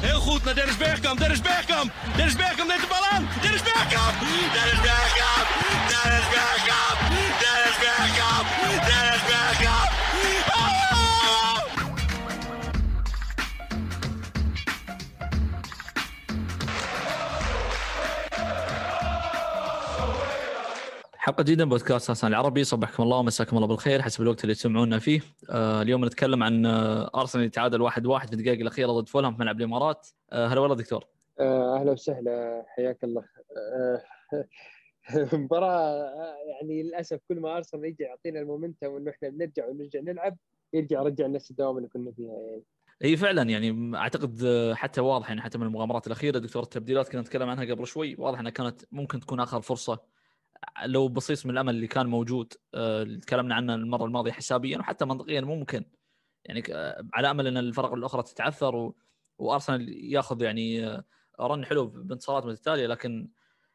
Heel goed naar Dennis Bergkamp. Dennis Bergkamp. Dennis Bergkamp neemt de bal aan. Dennis Bergkamp. Dennis Bergkamp. Dennis Bergkamp. Dennis Bergkamp. Dennis Bergkamp. حلقة جديدة من بودكاست حسن العربي. صبحكم الله ومساكم الله بالخير حسب الوقت اللي تسمعونا فيه. اليوم نتكلم عن أرسنال يتعادل 1-1 في الدقائق الأخيرة ضد فولهام في ملعب الإمارات. هلا والله دكتور. أهلا وسهلا، حياك الله. مباراة يعني للأسف كل ما أرسنال يجي يعطينا المومنتم وإنه إحنا بنرجع نلعب رجع نفس الدوام اللي كنا فيها يعني. اي فعلا يعني اعتقد حتى واضح يعني حتى من المغامرات الاخيره دكتور التبديلات كنا نتكلم عنها قبل شوي، واضح انها كانت ممكن تكون اخر فرصه لو بصيص من الامل اللي كان موجود. تكلمنا عنه المره الماضيه حسابيا وحتى منطقيا ممكن يعني على امل ان الفرق الاخرى تتعثر وارسنال ياخذ يعني رن حلو بانتصارات متتاليه، لكن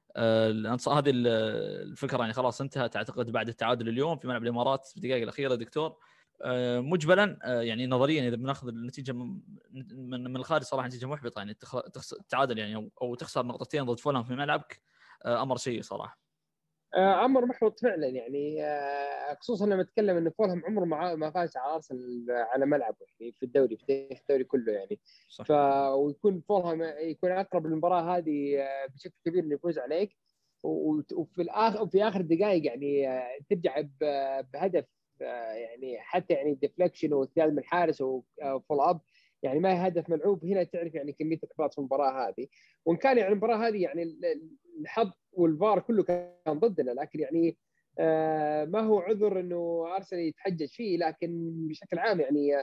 هذه الفكره يعني خلاص انتهت اعتقد بعد التعادل اليوم في ملعب الامارات في الدقائق الاخيره دكتور. مجبلا يعني نظريا اذا بناخذ النتيجه من الخارج صراحه نتيجه محبطه، يعني تعادل يعني او تخسر نقطتين ضد فولهام في ملعبك امر سيء صراحه. امر محبط فعلا يعني، خصوصا لما نتكلم ان فولهام عمره ما فاز على ارسنال على ملعبه يعني في الدوري كله يعني. ويكون فولهام يكون اقرب للمباراه هذه بشكل كبير انه يفوز عليك، وفي اخر الدقائق يعني ترجع بهدف يعني حتى يعني ديفليكشن واجتهاد من الحارس وفول اب، يعني ما هي هدف ملعوب. هنا تعرف يعني كميه الاحباط في المباراه هذه. وان كان يعني المباراه هذه يعني الحظ والفار كله كان ضدنا، لكن يعني ما هو عذر انه ارسنال يتحجج فيه، لكن بشكل عام يعني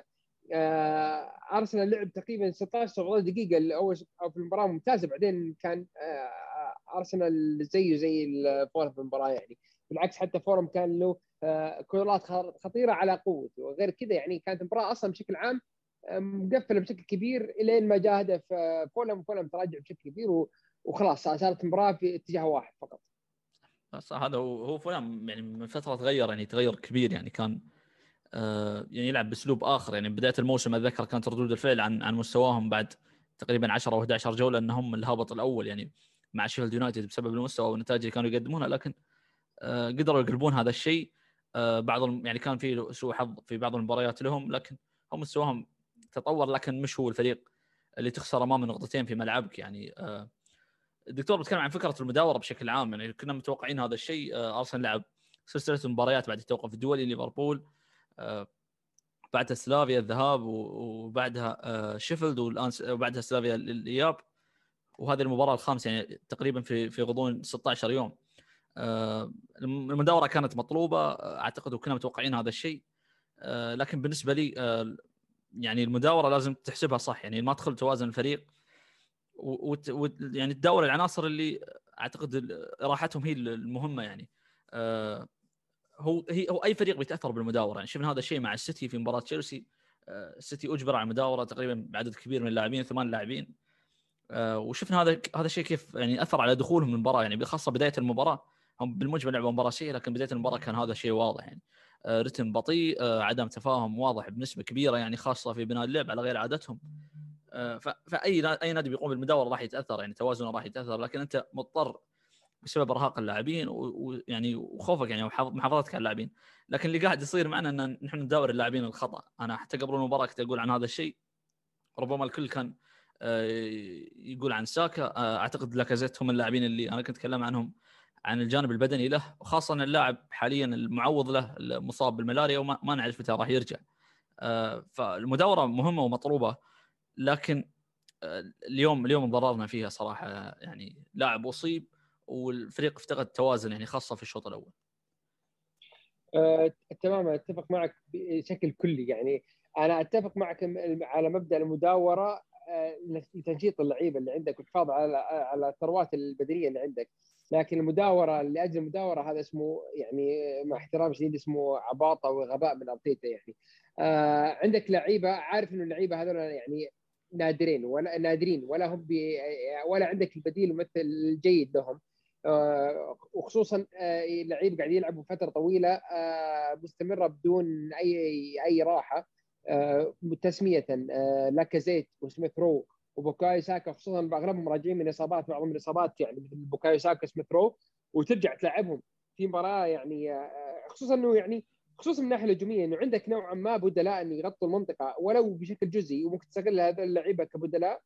ارسنال لعب تقريبا 16 دقيقه الاول في المباراه ممتازه، بعدين كان ارسنال زي فولهام في المباراه يعني. بالعكس حتى فورم كان له كورات خطيره على قوته، وغير كذا يعني كانت المباراه اصلا بشكل عام مقفله بشكل كبير الين ما جاء هدف فولهام تراجع بشكل كبير وخلاص صارت المباراه في اتجاه واحد فقط. بس هذا هو فولهام يعني من فتره تغير، يعني تغير كبير، يعني كان يعني يلعب باسلوب اخر. يعني بدايه الموسم اتذكر كانت ردود الفعل عن مستواهم بعد تقريبا 10 او 11 جوله انهم الهابط الاول يعني مع شيفيلد يونايتد بسبب المستوى والنتائج اللي كانوا يقدمونها، لكن قدروا يقلبون هذا الشيء. بعض يعني كان في سوء حظ في بعض المباريات لهم، لكن هم مستواهم تطور، لكن مش هو الفريق اللي تخسر امامه نقطتين في ملعبك يعني. الدكتور بتكلم عن فكره المداوره بشكل عام، يعني كنا متوقعين هذا الشيء. ارسنال لعب سلسله مباريات بعد التوقف الدولي، ليفربول بعدها سلافيا الذهاب وبعدها شيفيلد، والان وبعدها سلافيا الاياب، وهذه المباراه الخامسه يعني تقريبا في غضون 16 يوم. المداوره كانت مطلوبه اعتقد وكنا متوقعين هذا الشيء، لكن بالنسبه لي يعني المداوره لازم تحسبها صح، يعني ما تدخل توازن الفريق يعني تداول العناصر اللي اعتقد راحتهم هي المهمه يعني. هو اي فريق بيتاثر بالمداوره، يعني شفنا هذا الشيء مع السيتي في مباراه تشيلسي. السيتي اجبر على المداوره تقريبا بعدد كبير من اللاعبين 8 لاعبين، وشفنا هذا الشيء كيف يعني اثر على دخولهم المباراه، يعني بخاصه بدايه المباراه. هم بالمجمل لعبوا مباراه سيئه، لكن بدايه المباراه كان هذا الشيء واضح يعني. رتم بطيء، عدم تفاهم واضح بنسبه كبيره يعني، خاصه في بناء اللعب على غير عادتهم. فاي نادي بيقوم بالمداوره راح يتاثر، يعني توازنه راح يتاثر، لكن انت مضطر بسبب ارهاق اللاعبين ويعني وخوفك يعني محافظتك على اللاعبين. لكن اللي قاعد يصير معنا ان نحن نداور اللاعبين الخطا. انا حتى قبل المباراه كنت اقول عن هذا الشيء، ربما الكل كان يقول عن ساكا. اعتقد لاكازيت هم اللاعبين اللي انا كنت اتكلم عنهم عن الجانب البدني له، وخاصه ان اللاعب حاليا المعوض له مصاب بالملاريا وما نعرف متى راح يرجع. فالمداوره مهمه ومطلوبه، لكن اليوم ضررنا فيها صراحه، يعني لاعب اصيب والفريق افتقد توازن يعني خاصه في الشوط الاول. تماما اتفق معك بشكل كلي يعني. انا اتفق معك على مبدا المداوره لتنشيط اللعيبه اللي عندك والحفاظ على الثروات البدنيه اللي عندك، لكن المداوره لاجل المداوره هذا اسمه يعني مع احترام شديد اسمه عباطه وغباء من ارتيتا يعني. عندك لعيبه عارف انه اللعيبه هذول يعني نادرين ولا هم ولا عندك البديل الممثل جيد لهم. وخصوصا لعيب قاعد يلعبوا فتره طويله مستمره بدون اي راحه. تسميه لاكازيت وسميث رو وبوكايو ساكا، خصوصا اغلبهم راجعين من اصابات، بعضهم من اصابات يعني مثل بوكايو ساكا سميث رو، وترجع تلعبهم في مباراه يعني خصوصا انه يعني خصوصا من الناحيه الهجوميه انه عندك نوعا ما بدلاء انه يغطوا المنطقه ولو بشكل جزئي، وممكن تستغل هذول اللعيبه كبدلاء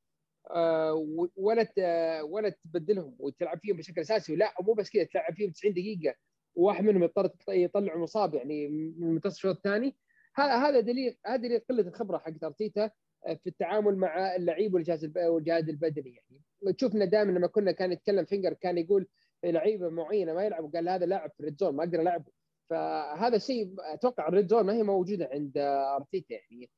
ولا تبدلهم وتلعب فيهم بشكل اساسي. ولا مو بس كذا تلعب فيهم 90 دقيقه وواحد منهم يضطر يطلع مصاب يعني من منتصف الشوط الثاني. هذا دليل قله الخبره حق ارتيتا في التعامل مع اللعيب والجهاز البدني. يعني تشوفنا دائما لما كان يتكلم فينجر كان يقول لعيبه معينه ما يلعبوا، قال هذا لاعب في الريد زون ما اقدر العبه. فهذا الشيء اتوقع الريد زون ما هي موجوده عند ارتيتا يعني.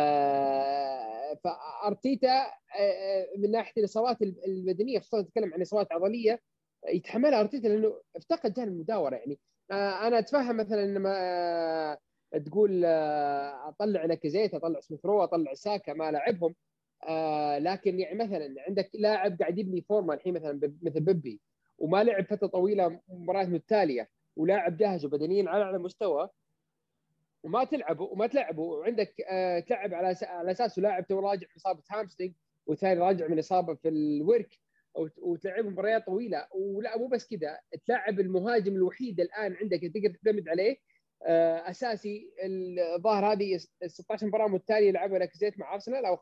فارتيتا من ناحيه الاصابات البدنيه، خصوصا نتكلم عن اصابات عضليه يتحملها ارتيتا لانه افتقد جانب المداوره. يعني انا اتفهم مثلا لما تقول اطلع لاكازيت، اطلع سميث رو، اطلع ساكا ما لاعبهم، لكن يعني مثلا عندك لاعب قاعد يبني فورمه الحين مثلا مثل بيبي وما لعب فتره طويله مباريات متتاليه، ولاعب جاهز بدنيا على اعلى مستوى، وما تلعبه وعندك تلعب على اساس لاعب تو راجع من اصابه هامسترينج، والثاني راجع من اصابه في الورك، وتلعب مباريات طويله. ولا مو بس كذا، تلعب المهاجم الوحيد الان عندك تقدر تعتمد عليه اساسي. الظاهر هذه 16 مباراه متتاليه لعبها لاكازيت مع ارسنال او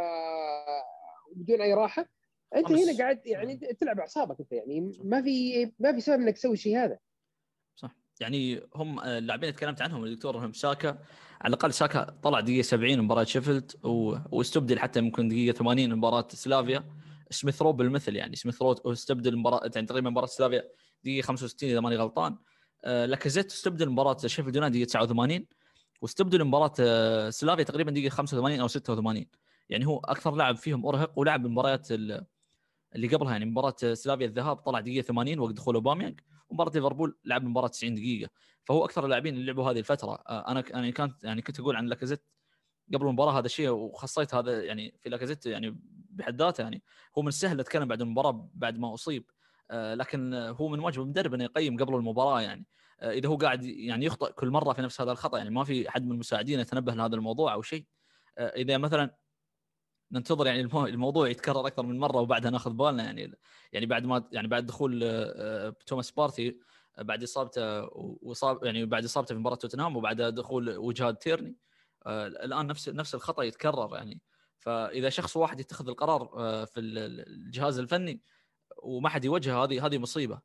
بدون اي راحه. انت هنا قاعد يعني تلعب اعصابك انت، يعني ما في سبب انك تسوي شيء هذا. صح. يعني هم اللاعبين اللي تكلمت عنهم الدكتور هم ساكا، على الاقل ساكا طلع دقيقه 70 مباراه شيفيلد واستبدل حتى ممكن دقيقه 80 مباراه سلافيا. سميث رو بالمثل، يعني سميث رو استبدل المباراه يعني تقريبا مباراه سلافيا دقيقه 65 اذا ماني غلطان. لاكازيت استبدل مباراه شيفيلد يونايتد دقيقه 89، واستبدل مباراه سلافيا تقريبا دقيقه 85 او 86. يعني هو اكثر لاعب فيهم ارهق، ولعب المباريات اللي قبلها يعني مباراه سلافيا الذهاب طلع دقيقه 80 وقت دخول اوباميانج، ومباراه ليفربول لعب مباراه 90 دقيقه. فهو اكثر اللاعبين اللي لعبوا هذه الفتره. انا كنت اقول عن لاكازيت قبل المباراه هذا الشيء، وخصيت هذا يعني في لاكازيت يعني بحد ذاته. يعني هو من السهل اتكلم بعد المباراه بعد ما اصيب، لكن هو من واجب المدرب انه يقيم قبل المباراه. يعني اذا هو قاعد يعني يخطئ كل مره في نفس هذا الخطا، يعني ما في احد من المساعدين يتنبه لهذا الموضوع او شيء. اذا مثلا ننتظر يعني الموضوع يتكرر اكثر من مره وبعدها ناخذ بالنا، يعني بعد ما يعني بعد دخول توماس بارتي بعد اصابته وصاب يعني بعد اصابته في مباراه توتنهام، وبعد دخول وجهاد تيرني الان نفس الخطا يتكرر. يعني فاذا شخص واحد يتخذ القرار في الجهاز الفني وما حد يوجهه، هذه مصيبه.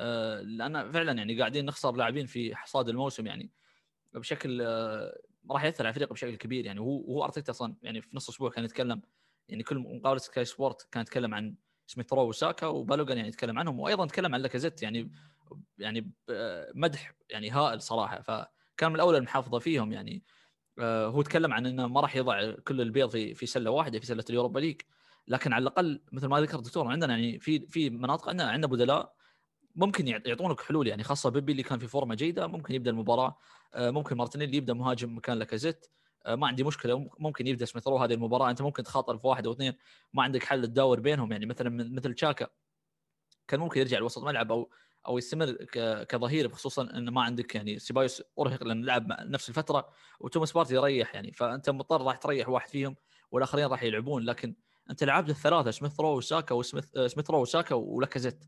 لان فعلا يعني قاعدين نخسر لاعبين في حصاد الموسم يعني بشكل راح ياثر على الفريق بشكل كبير. يعني هو ارتيتا اصلا يعني في نص اسبوع كان يتكلم، يعني كل مقابله سكاي سبورت كان يتكلم عن سميث رو وساكا وبالوغان، يعني يتكلم عنهم، وايضا تكلم عن لاكازيت يعني مدح يعني هائل صراحه. فكان من الاولى المحافظه فيهم. يعني هو تكلم عن انه ما راح يضع كل البيض في سله واحده في سله اليوروبا ليج، لكن على الاقل مثل ما ذكر الدكتور عندنا يعني في مناطق عندنا بدلاء ممكن يعطونك حلول. يعني خاصه بيبي اللي كان في فورمه جيده ممكن يبدا المباراه، ممكن مارتينيلي يبدا مهاجم مكان لاكازيت، ما عندي مشكله. ممكن يبدا سميث رو هذه المباراه، انت ممكن تخاطر في واحد او اثنين ما عندك حل تداور بينهم. يعني مثلا مثل تشاكا كان ممكن يرجع لوسط ملعب او يستمر كظهير، خصوصا ان ما عندك يعني سيبايوس ارهق لان لعب نفس الفتره، وتوماس بارتي يريح. يعني فانت مضطر راح تريح واحد فيهم والاخرين راح يلعبون. لكن انت لعبت الثلاثه سميث رو وساكا سميث رو وساكا ولاكازيت.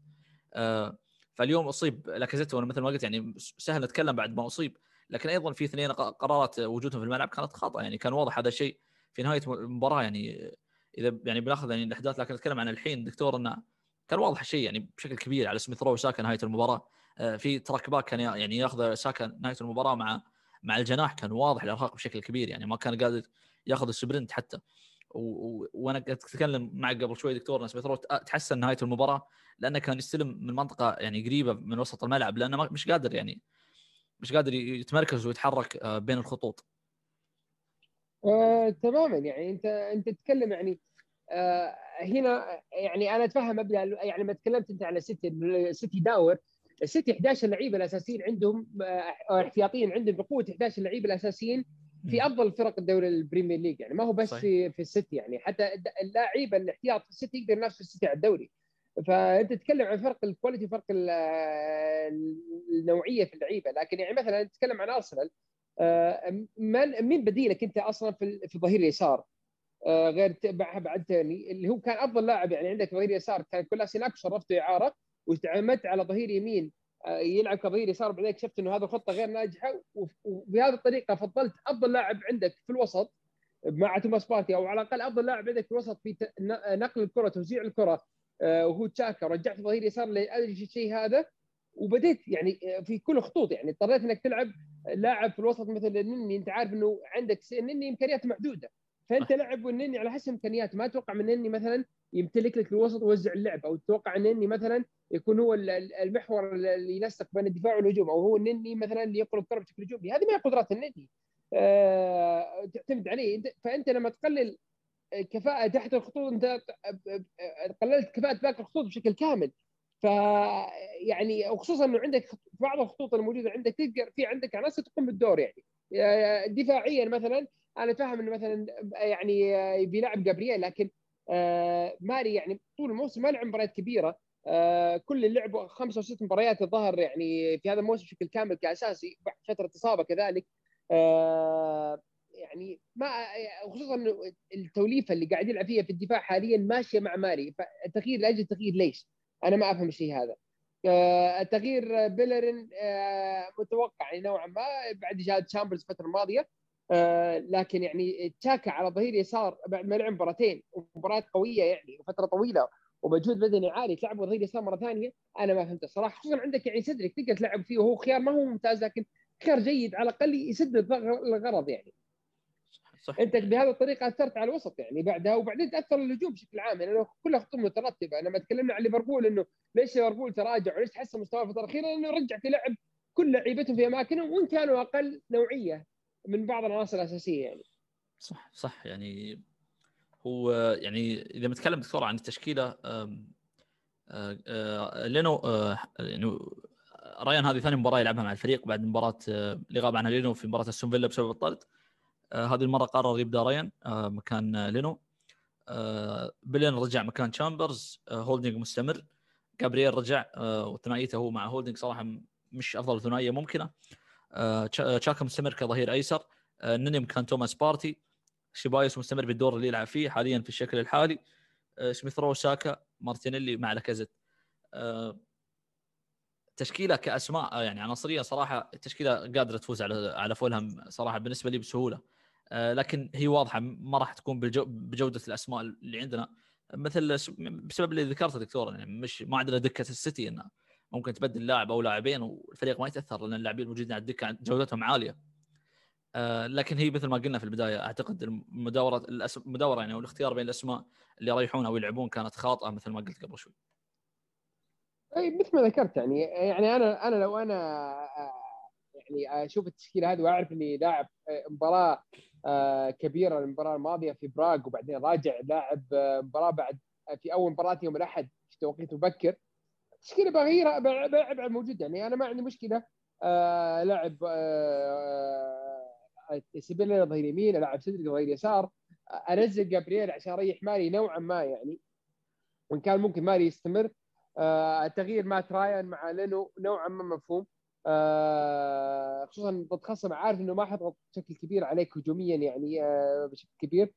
فاليوم اصيب لاكازيت، وانا مثل ما قلت يعني سهل نتكلم بعد ما اصيب، لكن ايضا في اثنين قرارات وجودهم في الملعب كانت خاطئه. يعني كان واضح هذا الشيء في نهايه المباراه. يعني اذا يعني بناخذ يعني الاحداث، لكن نتكلم عن الحين دكتور انه كان واضح الشيء يعني بشكل كبير على سميث رو وساكا نهايه المباراه. في تراك باك كان يعني ياخذ ساكا نهايه المباراه مع الجناح، كان واضح الارهاق بشكل كبير. يعني ما كان قادر ياخذ السبرنت حتى. وانا اتكلم معك قبل شوي دكتور سميث رو تحسن نهايه المباراه لانه كان يستلم من منطقه يعني قريبه من وسط الملعب، لانه مش قادر يتمركز ويتحرك بين الخطوط. تماما. يعني انت تتكلم يعني هنا يعني انا اتفهم مبدا. يعني ما تكلمت انت على السيتي داور السيتي 11 لعيبه الاساسيين عندهم احتياطيين عندهم بقوه 11 لعيبه الاساسيين في افضل فرق الدوري البريمير ليج. يعني ما هو بس في السيتي، يعني حتى اللاعب الاحتياط في السيتي يقدر ينافس السيتي على الدوري. فانت تتكلم عن فرق الكواليتي، فرق النوعيه في اللعيبه. لكن يعني مثلا تتكلم عن ارسنال، مين بديلك انت اصلا في ظهير اليسار؟ غير بعد ثاني اللي هو كان افضل لاعب. يعني عندك ظهير يسار كان كولاسيناك شرفته اعاره واستعملت على ظهير يمين يلعب كظهير يسار، بعدين اكتشفت انه هذا الخطه غير ناجحه، وبهذه الطريقه فضلت افضل لاعب عندك في الوسط مع توماس بارتي، او على الاقل افضل لاعب عندك في الوسط في نقل الكره توزيع الكره وهو تشاكا، رجعت ظهير يسار لاجل الشيء هذا. وبديت يعني في كل خطوط يعني اضطريت انك تلعب لاعب في الوسط مثل النني، انت عارف انه عندك النني امكانيات محدوده، فانت لعب النني على حسب امكانياته. ما اتوقع من النني مثلا يمتلك لك الوسط ويوزع اللعب، او تتوقع ان النني مثلا يكون هو المحور اللي ينسق بين الدفاع والهجوم، او هو النني مثلا اللي يقرب الكره بشكل هجومي. هذه ما هي قدرات النني تعتمد عليه. فانت لما تقلل كفاءه تحت الخطوط انت قللت كفاءه باقي الخطوط بشكل كامل. ف يعني وخصوصا انه عندك بعض الخطوط الموجوده عندك تقدر في عندك عناصر تقوم بالدور. يعني دفاعيا مثلا انا فاهم انه مثلا يعني بيلعب جابرييل، لكن ماري يعني طول الموسم ما لعب مباريات كبيره. كل اللي لعبوا 5 أو 6 مباريات الظهر يعني في هذا الموسم بشكل كامل كاساسي بعد فتره اصابه كذلك. يعني ما خصوصا التوليفه اللي قاعد يلعب فيها في الدفاع حاليا ماشيه مع ماري، فالتغيير لاجل التغيير ليش؟ انا ما افهم الشيء هذا. التغيير بيلرين متوقع يعني نوعا ما بعد اجهاد تشامبرز الفتره الماضيه. لكن يعني تشاكا على ظهير يسار بعد ما لعب مباراتين ومباريات قويه يعني وفتره طويله ومجهود بدني عالي، تلعب ظهير يسار مره ثانيه انا ما فهمت الصراحه. خصوصا عندك يعني سدريك تقدر تلعب فيه وهو خيار ما هو ممتاز، لكن خيار جيد على الاقل يسد الغرض يعني. صح. انت بهذه الطريقه اثرت على الوسط يعني بعدها، وبعدين تاثر الهجوم بشكل عام يعني كلها خطوط مترتبه. لما تكلمنا عن ليفربول انه ليش ليفربول تراجع وليش تحسن مستواه الفتره الاخيره، لانه رجع في لعب كل لعيبتهم في اماكنهم وان كانوا اقل نوعيه من بعض العناصر الاساسيه يعني. صح يعني هو يعني اذا بنتكلم دكتور عن التشكيله لينو يعني ريان هذه ثاني مباراه يلعبها مع الفريق بعد مباراه اللي غاب عنها لينو في مباراه استون فيلا بسبب الطرد. هذه المره قرر يبدا ريان مكان لينو. بيلين رجع مكان تشامبرز. هولدينج مستمر. جابرييل رجع وثنائيته هو مع هولدينج صراحه مش افضل ثنائيه ممكنه. تشاكا مستمر كظهير ايسر. نني مكان توماس بارتي. شيبايوس مستمر بالدور اللي يلعب فيه حاليا في الشكل الحالي. سميث رو ساكا مارتينيلي مع لاكازيت. تشكيله كاسماء يعني عناصريه صراحه التشكيله قادره تفوز على فولهام صراحه بالنسبه لي بسهوله. لكن هي واضحه ما راح تكون بجوده الاسماء اللي عندنا، مثل بسبب اللي ذكرته دكتور يعني مش ما عندنا دكه السيتي انه ممكن تبدل لاعب او لاعبين والفريق ما يتاثر لان اللاعبين الموجودين على الدكه جودتهم عاليه. لكن هي مثل ما قلنا في البدايه اعتقد المداوره يعني والاختيار بين الاسماء اللي يريحون او يلعبون كانت خاطئه مثل ما قلت قبل شوي. اي مثل ما ذكرت يعني انا لو انا يعني اشوف التشكيله هذه واعرف اني لاعب مباراه كبيره المباراه الماضيه في براغ، وبعدين راجع لاعب مباراه بعد في اول مباراه يوم الاحد في توقيت مبكر، تشكيله بغيره بلعب على الموجود. يعني انا ما عندي مشكله لاعب سيبيلي ظهير يمين، العب سدري ظهير يسار، انزل جابرييل عشان اريح ماري نوعا ما يعني، وان كان ممكن ماري يستمر. تغيير مات رايان مع لينو نوعا ما مفهوم، خصوصا ضد خصم عارف انه ما حضغط بشكل كبير عليك هجوميا يعني بشكل كبير.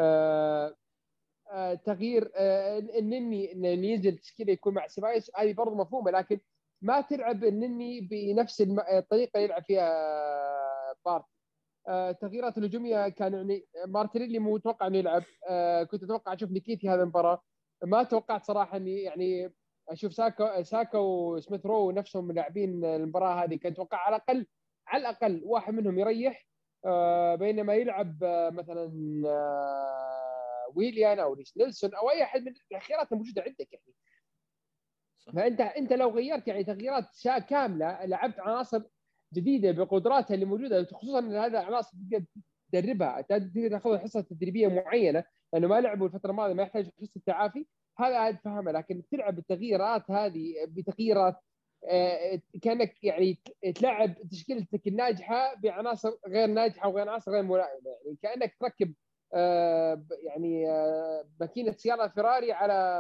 تغيير النني انه ينزل تشكيله يكون مع سيبايوس هذه برضه مفهومه، لكن ما تلعب النني بنفس الطريقه اللي يلعب فيها بارتي. التغييرات الهجوميه كان يعني مارتينيلي مو متوقع انه يلعب. كنت اتوقع اشوف نيكيتي هذه المباراه، ما توقعت صراحه اني يعني اشوف ساكا وسميث رو نفسهم لاعبين المباراه هذه. كنت اتوقع على الاقل واحد منهم يريح بينما يلعب مثلا ويليان او ريس نيلسون او اي احد من الخيارات الموجوده عندك يعني. فانت لو غيرت يعني تغييرات كامله لعبت عناصر جديده بقدراتها اللي موجوده، خصوصا ان هذا عناصر تقدر تدربها، تقدر تاخذ حصه تدريبيه معينه لانه ما لعبوا الفتره الماضيه ما يحتاج حصه تعافي، هذا اتفهمه. لكن تلعب التغييرات هذه بتغييرات كانك يعني تلعب تشكيلتك الناجحه بعناصر غير ناجحه وغير عناصر غير ملائمه، يعني كانك تركب يعني ماكينه سياره فيراري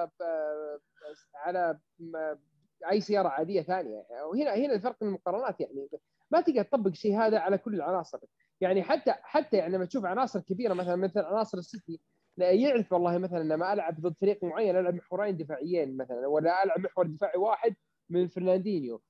على اي سياره عاديه ثانيه. وهنا الفرق من المقارنات يعني ما تقدر تطبق شيء هذا على كل العناصر. يعني حتى يعني لما تشوف عناصر كبيره مثلا مثل عناصر السيتي يعرف والله مثلا لما العب ضد فريق معين العب محورين دفاعيين مثلا، ولا العب محور دفاعي واحد من فرناندينيو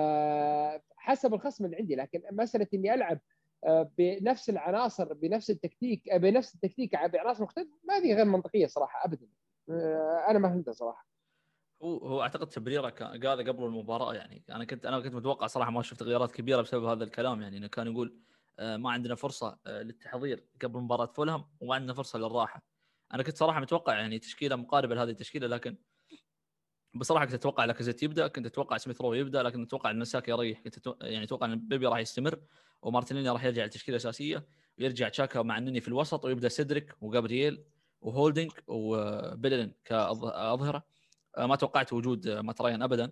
حسب الخصم اللي عندي. لكن مساله اني العب بنفس العناصر بنفس التكتيك بعناصر مختلفه، ما هذه غير منطقيه صراحه ابدا. انا ما فهمتها صراحه. هو اعتقد تبريره قال قبل المباراه، يعني انا كنت متوقع صراحه، ما شفت تغييرات كبيره بسبب هذا الكلام. يعني انه كان يقول ما عندنا فرصه للتحضير قبل مباراه فولهام، وما عندنا فرصه للراحه. انا كنت صراحه متوقع يعني تشكيله مقاربه لهذه التشكيله، لكن بصراحه كنت اتوقع لاكازيت يبدا، كنت اتوقع سميث رو يبدا، لكن اتوقع ان ساكا يريح. يعني اتوقع ان بيبي راح يستمر، ومارتينيلي راح يرجع للتشكيله الاساسيه، ويرجع تشاكا مع النني في الوسط، ويبدا سيدريك وجابرييل وهولدينج وبيلين كاظهره. ما توقعت وجود ماتريان ابدا.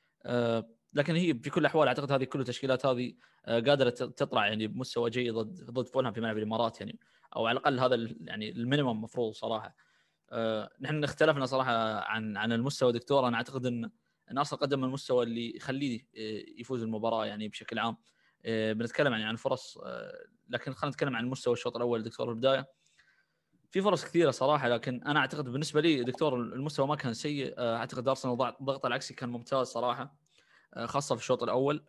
لكن هي في كل الاحوال اعتقد هذه كل التشكيلات هذه قادره تطلع يعني بمستوى جيد ضد فولهام في ملعب الامارات يعني، او على الاقل هذا يعني المينيمم مفروض صراحه. نحن اختلفنا صراحه عن المستوى دكتور. انا اعتقد ان ارسنال قدم المستوى اللي يخليه يفوز المباراه يعني بشكل عام. بنتكلم يعني عن فرص، لكن خلينا نتكلم عن مستوى الشوط الاول دكتور. البدايه في فرص كثيره صراحه، لكن انا اعتقد بالنسبه لي دكتور المستوى ما كان سيء. اعتقد ارسنال ضغط العكسي كان ممتاز صراحه، خاصه في الشوط الاول.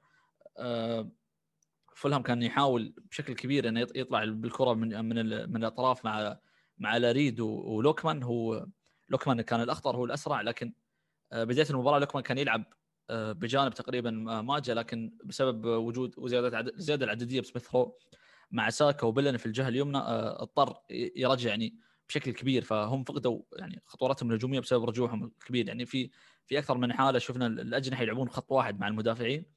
فولهام كان يحاول بشكل كبير انه يطلع بالكره من الاطراف مع لاريد ولوكمان. لوكمان كان الاخطر، هو الاسرع، لكن بدايه المباراه لوكمان كان يلعب بجانب تقريبا ماجا، لكن بسبب وجود زياده العدديه بسميث رو مع ساكا وبيلن في الجهه اليمنى اضطر يرجع يعني بشكل كبير. فهم فقدوا يعني خطورتهم الهجوميه بسبب رجوعهم الكبير. يعني في اكثر من حاله شفنا الاجنحه يلعبون خط واحد مع المدافعين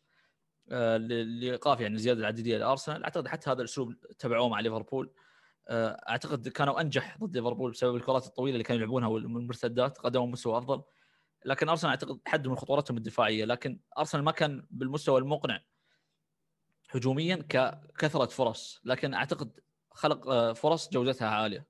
لايقاف يعني زياده العدديه لارسنال. اعتقد حتى هذا الاسلوب تبعوه مع ليفربول. اعتقد كانوا انجح ضد ليفربول بسبب الكرات الطويله اللي كانوا يلعبونها والمرتدات، قدموا مستوى افضل. لكن ارسنال اعتقد حد من خطورتهم الدفاعيه، لكن ارسنال ما كان بالمستوى المقنع هجوميا ككثره فرص، لكن اعتقد خلق فرص جودتها عاليه.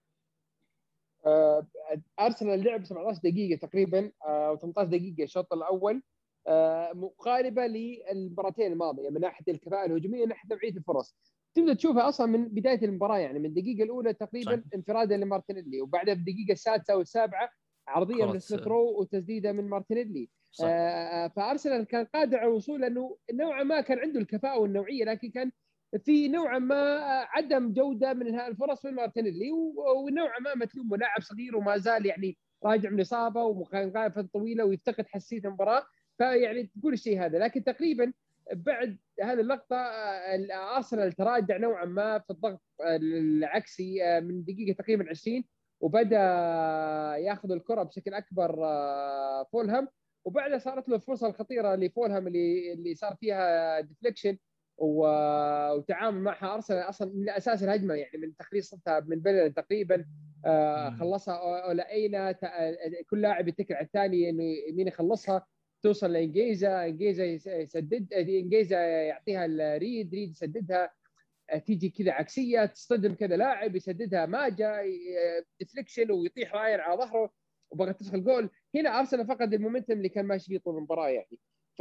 ارسنال لعب 17 دقيقه تقريبا او 18 دقيقه الشوط الاول مقاربه للمباراتين الماضيه من ناحيه الكفاءه الهجوميه، من ناحيه نوعيه الفرص. تبدا تشوفها اصلا من بدايه المباراه، يعني من الدقيقه الاولى تقريبا صحيح. انفرادا لمارتينيلي، وبعدها في الدقيقه السادسه والسابعه عرضيه من سميث رو وتسديده من مارتينيلي. فارسنال كان قادر على الوصول، لانه نوعا ما كان عنده الكفاءه والنوعيه، لكن كان في نوعا ما عدم جوده من الفرص من مارتينيلي، ونوعا ما متلوم، لاعب صغير وما زال يعني راجع من اصابه وكان غايب فتره طويله ويفتقد حساسيه المباراه، فيعني تقول الشيء هذا. لكن تقريبا بعد هذه اللقطه ارسنال تراجع نوعا ما في الضغط العكسي من دقيقه تقريبا 20، وبدا ياخذ الكره بشكل اكبر فولهام، وبعدها صارت له الفرصه الخطيره لفولهام اللي صار فيها ديفليكشن وتعامل معها ارسنال اصلا من اساس الهجمه، يعني من تخليصتها من بلن تقريبا خلصها اولاينا، كل لاعب يتكل على الثاني انه مين يخلصها، توصل لانجيزا، يسدد، انجيزا يعطيها ريد يسددها، تيجي كذا عكسيه تصطدم كذا لاعب يسددها ماجا ديفليكشن ويطيح راين على ظهره وبغت تدخل جول. هنا ارسنال فقد المومنتم اللي كان ماشي فيه طول المباراه يعني.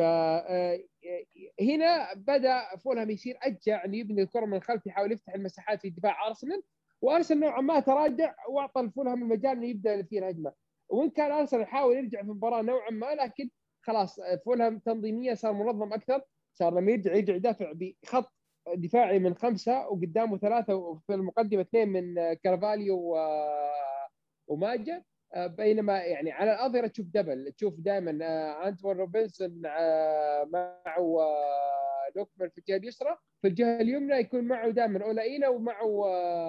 فهنا بدا فولهام يصير اشجع انه يبني الكره من الخلف، يحاول يفتح المساحات في دفاع ارسنال، وارسنال نوعا ما تراجع واعطى الفولهام المجال انه يبدا فيه الهجمه. وان كان ارسنال يحاول يرجع في المباراه نوعا ما، لكن خلاص فولهام تنظيميا صار منظم اكثر، صار لما يرجع يدافع بخط دفاعي من 5 وقدامه 3 وفي المقدمه 2 من كارفاليو وماجا، بينما يعني على الاظهره تشوف دبل، تشوف دائما انتوان روبنسون معه لوكمان في الجهه اليسرى، في الجهه اليمنى يكون معه دائما اولاينا ومعه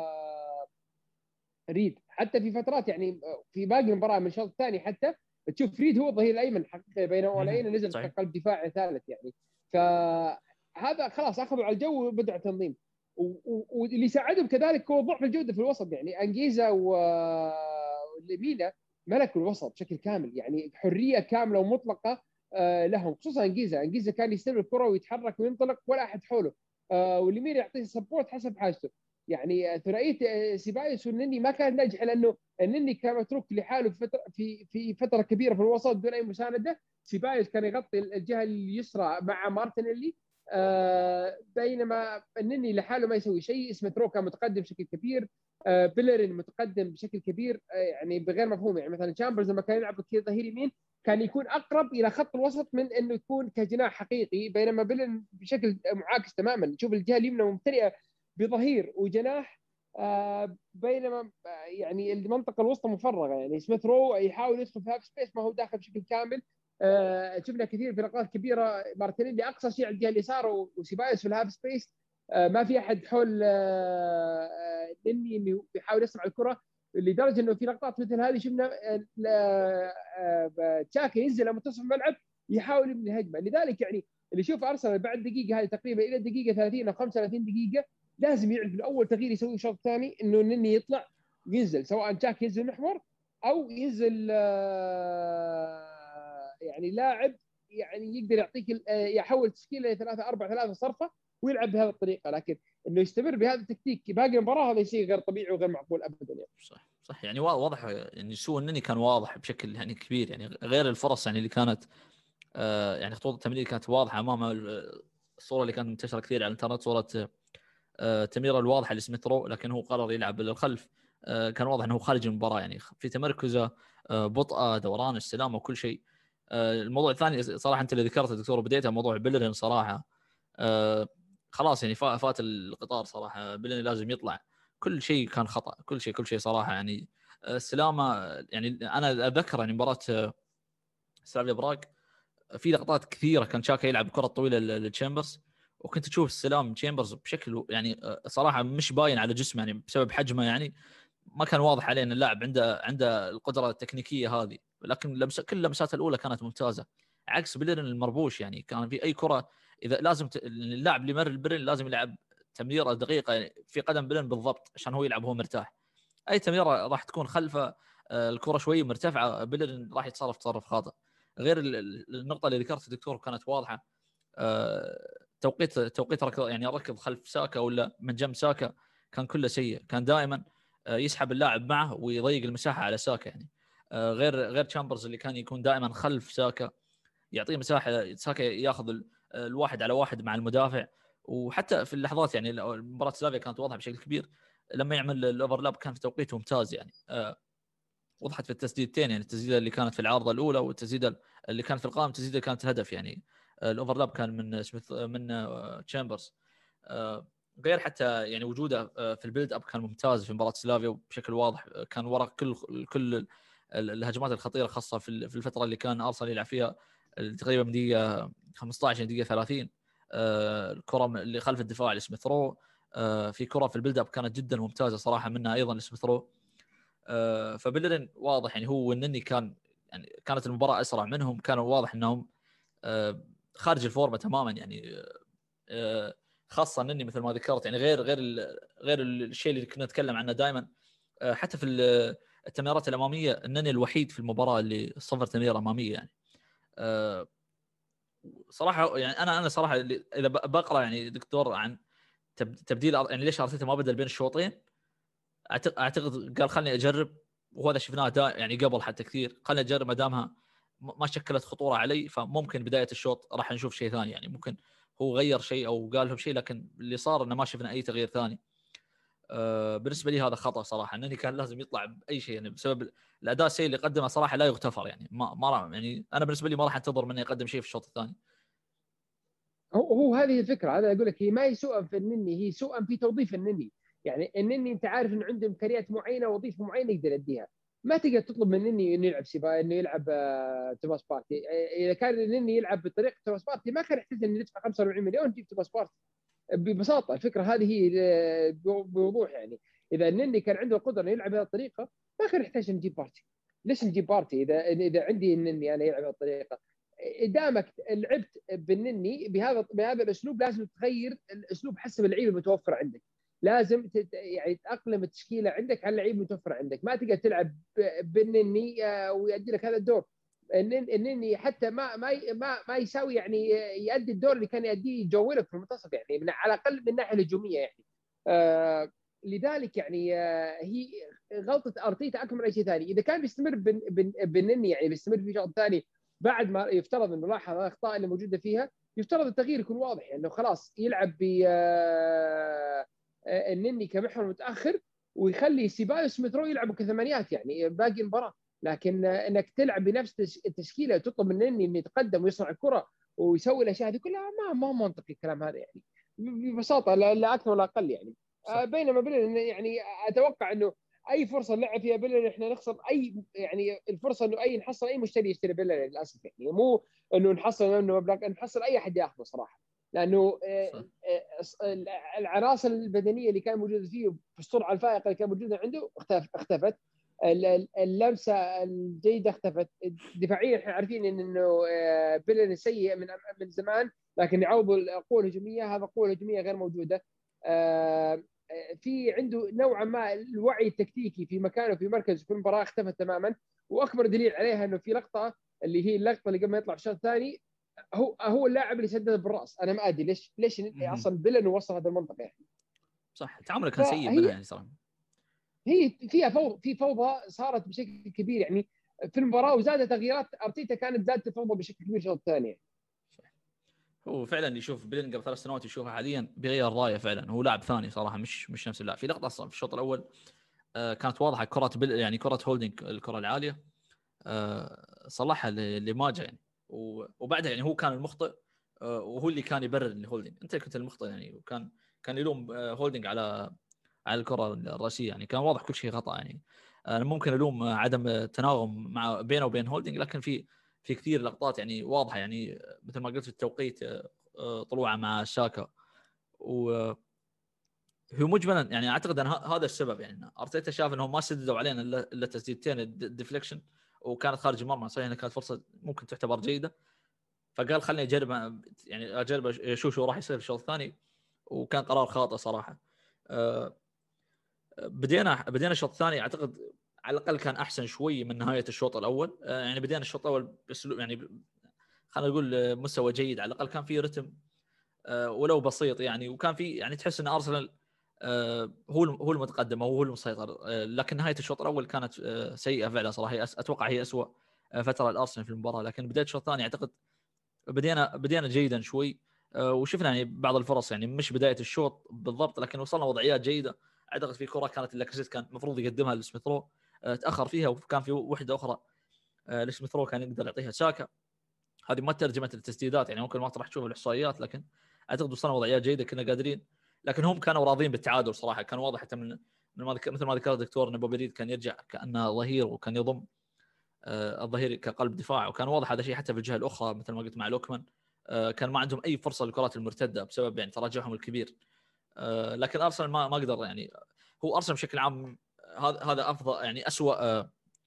ريد. حتى في فترات يعني في باقي المباراه من الشوط الثاني حتى تشوف ريد هو الظهير الايمن حقيقي، بينما اولاينا نزل كقلب دفاعي ثالث يعني. فهذا خلاص اخذوا على الجو وبدأ التنظيم، واللي ساعدهم كذلك هو ضعف الجوده في الوسط، يعني انجيزا ولمينا ملكوا الوسط بشكل كامل، يعني حريه كامله ومطلقه لهم، خصوصا انجيزا كان يستلم الكره ويتحرك وينطلق ولا احد حوله، ولمينا يعطيه سبورت حسب حاجته. يعني ثنائيه سيبايوس والنني ما كانت ناجحه، لانه النني كان متروك لحاله في فتره كبيره في الوسط بدون اي مسانده، سيبايوس كان يغطي الجهه اليسرى مع مارتينيلي، بينما النني لحاله ما يسوي شيء. سميث رو كان متقدم بشكل كبير، بيلرين متقدم بشكل كبير، يعني بغير مفهوم. يعني مثلا تشامبرز لما كان يلعب كثير ظهير يمين كان يكون اقرب الى خط الوسط من انه يكون كجناح حقيقي، بينما بيلرين بشكل معاكس تماما. شوف الجهه اليمنى ممتلئه بظهير وجناح، بينما يعني المنطقه الوسطى مفرغه. يعني سميث رو يحاول يدخل في هاف سبيس، ما هو داخل بشكل كامل. شفنا كثير في لقطات كبيره مارتينيلي اقصى شيء على الجهه اليسار وسيبايوس في الهاف سبيس، ما في احد حول نني انه بيحاول يصنع الكره، لدرجه انه في لقطات مثل هذه شفنا تشاكا ينزل على منتصف الملعب يحاول يبني هجمه. لذلك يعني اللي يشوف ارسنال بعد دقيقه هذه تقريبا الى دقيقه 30 او 35 دقيقه لازم يعرف الاول تغيير يسوي الشوط الثاني انه نني يطلع ينزل، سواء تشاكا ينزل محور او ينزل يعني لاعب يعني يقدر يعطيك يحول تشكيله 3-4-3 صرفه ويلعب بهذه الطريقه. لكن انه يستمر بهذا التكتيك باقي المباراه هذا شيء غير طبيعي وغير معقول ابدا يعني. صح يعني واضح يعني سوء النني كان واضح بشكل يعني كبير، يعني غير الفرص يعني اللي كانت يعني خطوط التمرير كانت واضحه امام الصوره اللي كانت منتشره كثير على الانترنت، صوره تمريره الواضحه لسميث رو، لكن هو قرر يلعب للخلف. كان واضح انه خارج المباراه يعني في تمركزه، بطء، دوران السلام وكل شيء. الموضوع الثاني صراحه انت اللي ذكرته دكتور بديته موضوع بيلرين صراحه، خلاص يعني فات القطار صراحه. بيلرين لازم يطلع، كل شيء كان خطا، كل شيء صراحه يعني. السلامه يعني انا اذكر يعني مباراه سلافيا براغ في لقطات كثيره كان شاكا يلعب كره طويله للتشامبرز، وكنت تشوف استلام تشامبرز بشكل يعني صراحه مش باين على جسمه يعني بسبب حجمه، يعني ما كان واضح عليه ان اللاعب عنده القدره التكنيكيه هذه، لكن كل لمساته الاولى كانت ممتازه. عكس بيلرين المربوش يعني كان في اي كره اذا لازم اللاعب اللي يمر البيلرين لازم يلعب تمريره دقيقه يعني في قدم بيلرين بالضبط عشان هو يلعب وهو مرتاح. اي تمريره راح تكون خلفه الكره شوي مرتفعه بيلرين راح يتصرف تصرف خاطئ. غير النقطه اللي ذكرتها الدكتور كانت واضحه، توقيت يعني ركض خلف ساكا ولا من جنب ساكا كان كله سيء، كان دائما يسحب اللاعب معه ويضيق المساحه على ساكا يعني. غير تشامبرز اللي كان يكون دائما خلف ساكا يعطيه مساحه ساكا ياخذ الواحد على واحد مع المدافع. وحتى في اللحظات يعني مباراه سلافيا كانت واضحه بشكل كبير لما يعمل الاوفرلاب كان في توقيته ممتاز يعني. وضحت في التسديدتين يعني التسديده اللي كانت في العارضه الاولى والتسديده اللي كانت في القائم، التسديده كانت الهدف يعني. الاوفرلاب كان من سميث من تشامبرز. غير حتى يعني وجوده في البيلد اب كان ممتاز في مباراه سلافيا بشكل واضح، كان وراء كل الهجمات الخطيره، خاصه في الفتره اللي كان ارسنال يلعب فيها تقريبا من دقيقه 15 دقيقه 30. الكره اللي خلف الدفاع لسميث رو، في كره في البيلد اب كانت جدا ممتازه صراحه منها ايضا لسميث رو. فبيلرين واضح يعني هو والنني كانت المباراه اسرع منهم، كانوا واضح انهم خارج الفورمه تماما يعني. خاصه النني مثل ما ذكرت يعني غير الشيء اللي كنا نتكلم عنه دائما، حتى في التمريرات الاماميه النني الوحيد في المباراه اللي صفر تمريره اماميه يعني. صراحه يعني انا صراحه اذا بقرا يعني دكتور عن تبديل يعني ليش ارتيتا ما بدل بين الشوطين، اعتقد قال خلني اجرب، وهذا شفناه يعني قبل حتى كثير، خلني اجرب ما دامها ما شكلت خطوره علي، فممكن بدايه الشوط راح نشوف شيء ثاني يعني. ممكن هو غير شيء او قال لهم شيء، لكن اللي صار انه ما شفنا اي تغيير ثاني. بالنسبه لي هذا خطا صراحه، انني كان لازم يطلع باي شيء يعني بسبب الاداء السيء اللي قدمه صراحه لا يغتفر يعني. ما يعني انا بالنسبه لي ما راح انتظر منه يقدم شيء في الشوط الثاني. هو هذه الفكره، هذا اقول لك هي ما هي سوءا في النني، هي سوءا في توظيف النني. يعني النني انت عارف انه عنده امكانيات معينه ووظيفه معينه يقدر يديها، ما تقدر تطلب من النني انه يلعب انه يلعب توماس بارتي. اذا كان النني يلعب بطريقه توماس بارتي ما كان يحتاج انه يدفع 45 مليون يجيب توماس بارتي. ببساطه الفكره هذه هي بوضوح يعني. اذا النني كان عنده القدره انه يلعب بهذه الطريقه ما كان يحتاج ان نجيب بارتي. ليش نجيب بارتي اذا عندي النني انا يلعب بهذه الطريقه؟ دامك لعبت بالنني بهذا الاسلوب لازم تغير الاسلوب حسب اللعيبه المتوفر عندك. لازم يعني تاقلم التشكيله عندك على اللعيبه المتوفره عندك، ما تقدر تلعب بالنني ويؤدي لك هذا الدور. النني حتى ما يساوي يعني يؤدي الدور اللي كان يؤديه جو ويلك في المنتصف يعني، على الاقل من الناحيه الهجوميه يعني. لذلك يعني هي غلطه ارتيتا اكثر من اي شيء ثاني. اذا كان بيستمر بالنني يعني بيستمر في شوط ثاني بعد ما يفترض انه لاحظ الاخطاء اللي موجوده فيها، يفترض التغيير يكون واضح يعني، انه خلاص يلعب ب النني كمحور متاخر، ويخلي سيبايوس سميثرو يلعبوا كثمانيات يعني باقي المباراه. لكن انك تلعب بنفس التشكيله وتطلب من النني انه يتقدم ويصنع الكره ويسوي الاشياء هذه كلها، ما منطقي الكلام هذا يعني ببساطه، لا اكثر ولا اقل يعني. بينما بيلن يعني اتوقع انه اي فرصه نلعب فيها بيلن احنا نخسر، اي يعني الفرصه انه اي نحصل اي مشتري يشتري بيلن للاسف يعني، مو انه نحصل انه مبلغ، نحصل اي احد ياخذه صراحه. لانه العناصر البدنيه اللي كان موجوده فيه في السرعه الفائقه اللي كان موجوده عنده اختفت، اللمسه الجيده اختفت، دفاعيا احنا عارفين انه بيلن سيء من زمان، لكن يعوض القوه الهجوميه، هذا القوه الهجوميه غير موجوده. في عنده نوعا ما الوعي التكتيكي في مكانه في مركزه في المباراه اختفت تماما. واكبر دليل عليها انه في لقطه اللي هي اللقطه اللي قبل ما يطلع الشوط الثاني، هو اللاعب اللي سدد بالراس. انا ما ادري ليش اصلا بيلن وصل هذا المنطقه يعني. صح، تعامله كان سيء منها يعني صراحه. هي فيها فوضى صارت بشكل كبير يعني في المباراه، وزادت تغييرات ارتيتا كانت زادت الفوضى بشكل كبير الشوط الثاني. هو فعلا يشوف بيلين قبل 3 سنوات يشوفها حاليا بغير رايه فعلا، هو لاعب ثاني صراحه، مش نفس اللاعب. في لقطه اصلا في الشوط الاول كانت واضحه، كره يعني كره هولدنج، الكره العاليه صلحها لماجا يعني، وبعدها يعني هو كان المخطئ وهو اللي كان يبرر الهولدنج، انت كنت المخطئ يعني. وكان يلوم هولدنج على الكره الراسيه يعني، كان واضح كل شيء خطا يعني. انا ممكن الوم عدم تناغم مع بينه وبين هولدنج، لكن في كثير لقطات يعني واضحه يعني، مثل ما قلت في التوقيت طلوعه مع ساكا، وهو مجملا يعني اعتقد ان هذا السبب يعني. ارتيتا شاف انهم ما سددوا علينا الا تسديدتين الديفليكشن، وكانت خارج المرمى، صحيح انها كانت فرصه ممكن تعتبر جيده، فقال خلني اجرب يعني، اجرب اشوف شو راح يصير في الشوط الثاني، وكان قرار خاطئ صراحه. بدينا الشوط الثاني اعتقد على الاقل كان احسن شوي من نهايه الشوط الاول يعني. بدينا الشوط الاول باسلوب يعني خلينا نقول مستوى جيد، على الاقل كان في رتم ولو بسيط يعني، وكان في يعني تحس ان ارسنال هو المتقدم او هو المسيطر. لكن نهايه الشوط الاول كانت سيئه فعلا صراحه، اتوقع هي اسوء فتره الارسنال في المباراه. لكن بدايه الشوط الثاني اعتقد بدينا جيدا شوي، وشفنا يعني بعض الفرص يعني، مش بدايه الشوط بالضبط لكن وصلنا وضعيات جيده. اعتقد في كره كانت لاكازيت كان المفروض يقدمها لسميثرو، تاخر فيها، وكان في وحده اخرى لسميثرو كان يقدر يعطيها ساكا. هذه ما ترجمت التسديدات يعني، ممكن ما راح تشوف الاحصائيات، لكن اعتقد وصلنا وضعيات جيده كنا قادرين. لكن هم كانوا راضين بالتعادل صراحه، كان واضح حتى من مثل ما ذكر الدكتور ان بوبريد كان يرجع كانه ظهير، وكان يضم الظهير كقلب دفاع، وكان واضح هذا الشيء حتى في الجهه الاخرى مثل ما قلت مع لوكمان. كان ما عندهم اي فرصه للكرات المرتده بسبب يعني تراجعهم الكبير. لكن ارسنال ما قدر يعني. هو ارسنال بشكل عام هذا افضل يعني اسوء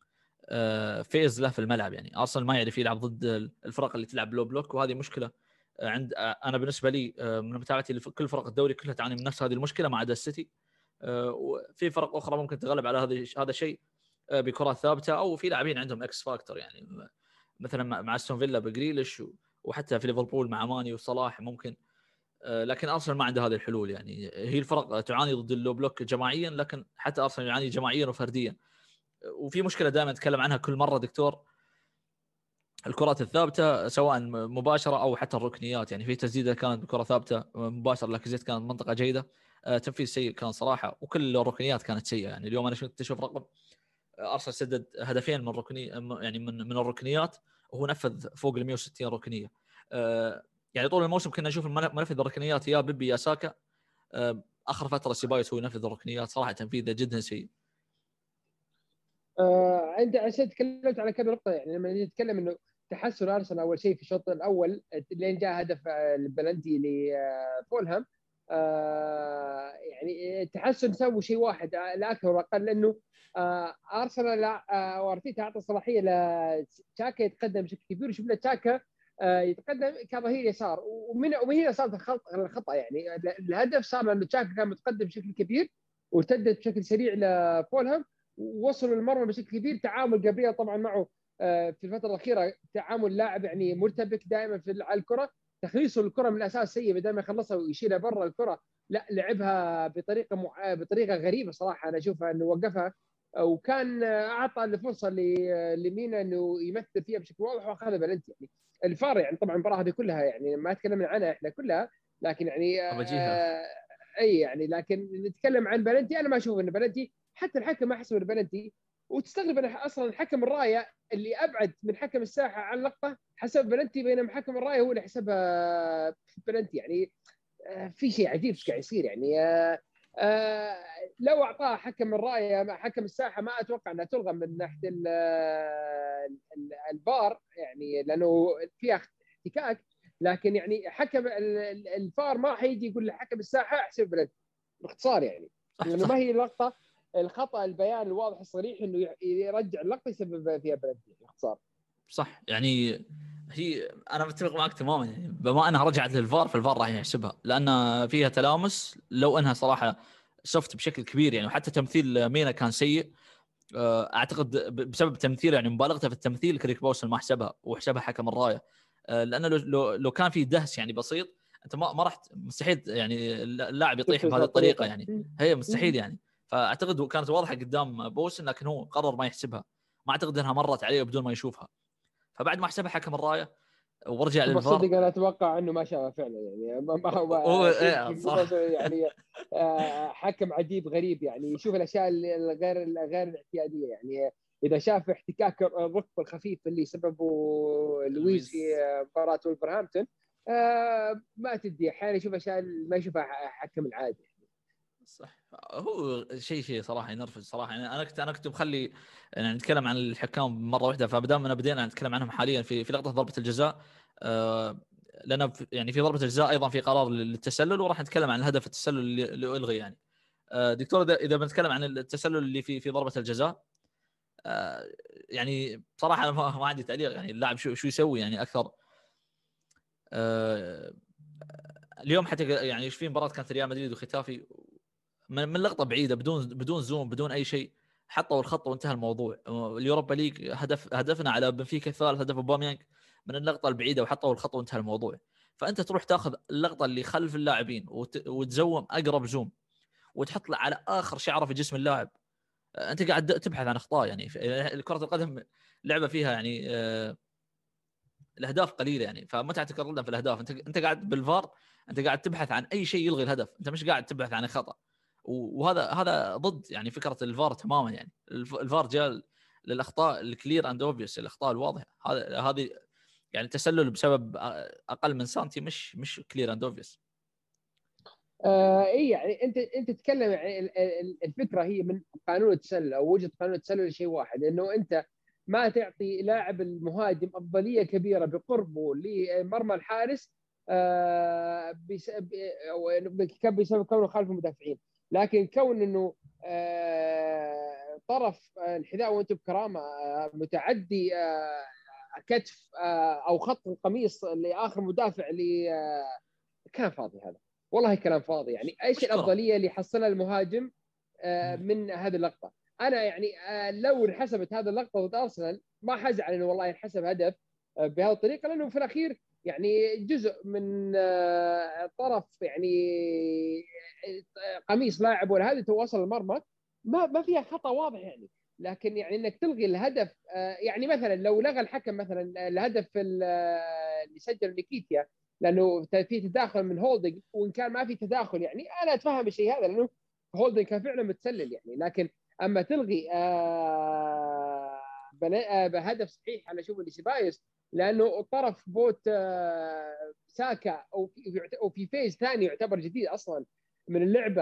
فيز له في الملعب يعني. ارسنال ما يعرف يلعب ضد الفرق اللي تلعب لو بلوك، وهذه مشكله عند انا بالنسبه لي من متابعتي لكل فرق الدوري كلها تعاني من نفس هذه المشكله ما عدا السيتي. وفي فرق اخرى ممكن تغلب على هذا الشيء بكرات ثابته، او في لاعبين عندهم اكس فاكتور يعني، مثلا مع استون فيلا بجريليش، وحتى في ليفربول مع ماني وصلاح ممكن. لكن ارسنال ما عنده هذه الحلول يعني. هي الفرق تعاني ضد اللو بلوك جماعيا، لكن حتى ارسنال يعاني جماعيا وفرديا. وفي مشكله دائما نتكلم عنها كل مره دكتور، الكرات الثابته سواء مباشره او حتى الركنيات يعني. في تسديده كانت بكره ثابته مباشره لاكازيت كانت منطقه جيده، تنفيذ سيء كان صراحه، وكل الركنيات كانت سيئه يعني. اليوم انا شفت رقم ارسنال سدد هدفين من ركني يعني من الركنيات، وهو نفذ فوق ال 160 ركنيه. يعني طول الموسم كنا نشوف منفذ الركنيات يا بيبي يا ساكا، اخر فتره سيبايوس هو ينفذ الركنيات، صراحه تنفيذه جدا سيء. انت عشان تكلمت على كذا نقطه يعني، لما نتكلم انه تحسن ارسنال اول شيء في الشوط الاول لين جاء هدف البلنتي لفولهام، يعني التحسن سووا شيء واحد لا اكثر ولا اقل، لانه ارسنال وارتيتا اعطى صلاحيه لتشاكا يتقدم بشكل كبير، وشفنا تشاكا يتقدم كظهير يسار، ومن هنا صارت الخطا يعني. الهدف صار لانه تشاكا كان متقدم بشكل كبير وارتدت بشكل سريع لفولهام ووصلوا للمرمى بشكل كبير. تعامل جابرييل طبعا معه في الفتره الاخيره تعامل لاعب يعني مرتبك دائما على الكره، تخليصه الكره من الاساس سيء، بدل ما يخلصها ويشيلها برا الكره لا لعبها بطريقه غريبه صراحه. انا اشوفها انه وقفها، وكان اعطى الفرصه لمينا انه يمثل فيها بشكل واضح واخذها بلنتي يعني. الفار يعني طبعا المباراه هذه كلها يعني ما تكلمنا عنها احنا كلها، لكن يعني اي يعني لكن نتكلم عن بلنتي. انا ما اشوف ان بلنتي، حتى الحكم ما حسب البلنتي. وتستغرب ان اصلا حكم الرايه اللي ابعد من حكم الساحه عن اللقطه حسب بلنتي، بينما حكم الرايه هو اللي حسبها بلنتي. يعني في شيء عجيب قاعد يصير يعني. لو اعطاه حكم الرايه حكم الساحه ما اتوقع انها تلغى من ناحيه الفار، يعني لانه فيها احتكاك. لكن يعني حكم الفار ما حيجي يقول لحكم الساحه احسب بلنتي باختصار يعني، لانه ما هي اللقطه الخطا البيان الواضح الصريح انه يرجع اللقطه يسبب فيها بلنتي باختصار. صح يعني هي انا متفق معك تماما، يعني بما انها رجعت للفار فالفار راح يحسبها لان فيها تلامس. لو انها صراحه شفت بشكل كبير يعني، وحتى تمثيل مينا كان سيء. اعتقد بسبب تمثيله يعني مبالغته في التمثيل كريك باوسن ما حسبها وحسبها حكم الرايه. لانه لو كان في دهس يعني بسيط انت ما راح مستحيل يعني اللاعب يطيح بهذه الطريقه يعني، هي مستحيل يعني. فاعتقد كانت واضحه قدام بوسن لكن هو قرر ما يحسبها. ما اعتقد انها مرت عليه بدون ما يشوفها. فبعد ما حسبها حكم الرايه ورجع شوف للفار. صدق انا اتوقع انه ما شافها فعلا يعني. ما هو يعني حكم عجيب غريب يعني، يشوف الاشياء غير الاعتياديه يعني. اذا شاف احتكاك الركب الخفيف اللي سببه لويس في مباراه ولفرهامبتون، ما تدي احيانا يشوف اشياء ما يشوفها حكم العادي. صح، هو شيء صراحه ينرفز صراحه يعني. انا كنت مخلي يعني نتكلم عن الحكام مره واحده، فبدام بدينا نتكلم عنهم حاليا في لقطه ضربه الجزاء. لان يعني في ضربه الجزاء ايضا في قرار للتسلل، وراح نتكلم عن الهدف التسلل اللي الغي يعني. دكتور اذا بنتكلم عن التسلل اللي في ضربه الجزاء، يعني بصراحه انا ما عندي تعليق يعني. اللاعب شو يسوي يعني اكثر. اليوم حتى يعني في مباراه كانت ريال مدريد وختافي، من لقطه بعيده بدون زوم بدون اي شيء حطوا الخط وانتهى الموضوع. اليوروبا ليج هدفنا على بنفيكا الثالث هدف اوباميانج من اللقطه البعيده وحطوا الخط وانتهى الموضوع. فانت تروح تاخذ اللقطه اللي خلف اللاعبين وتزوم اقرب زوم وتحط له على اخر شعره في جسم اللاعب. انت قاعد تبحث عن اخطاء يعني. كره القدم لعبه فيها يعني الاهداف قليله يعني، فمتعتك جدا في الاهداف. انت قاعد بالفار، انت قاعد تبحث عن اي شيء يلغي الهدف، انت مش قاعد تبحث عن خطا. وهذا ضد يعني فكره الفار تماما يعني. الفار جاء للاخطاء الكلير اند اوبفيوس، الاخطاء الواضحه. هذه يعني تسلل بسبب اقل من سنتي مش كلير اند اوبفيوس. اي يعني انت تتكلم يعني الفكره هي من قانون التسلل او وجهه قانون التسلل شيء واحد، انه انت ما تعطي لاعب المهاجم افضليه كبيره بقربه لمرمى الحارس كان بسبب كونه خلف المدافعين. لكن كون انه طرف الحذاء وانت بكرامه متعدي كتف او خط القميص لاخر مدافع كان فاضي هذا، والله كلام فاضي يعني. ايش الافضليه اللي حصلها المهاجم من هذه اللقطه؟ انا يعني لو انحسبت هذه اللقطه ضد ارسنال ما حزعل انه والله انحسب هدف بهذه الطريقه، لانه في الاخير يعني جزء من طرف يعني قميص لاعب ولا هذه توصل المرمى، ما فيها خطا واضح يعني. لكن يعني انك تلغي الهدف يعني مثلا لو لغى الحكم مثلا الهدف اللي سجل نيكيتيا لانه في تداخل من هولدنج، وان كان ما في تداخل يعني انا اتفهم الشيء هذا لانه هولدنج كان فعلا متسلل يعني. لكن اما تلغي بهدف صحيح انا اشوف اللي سيبايوس، لانه الطرف بوت ساكا او في فيز ثاني يعتبر جديد اصلا من اللعبه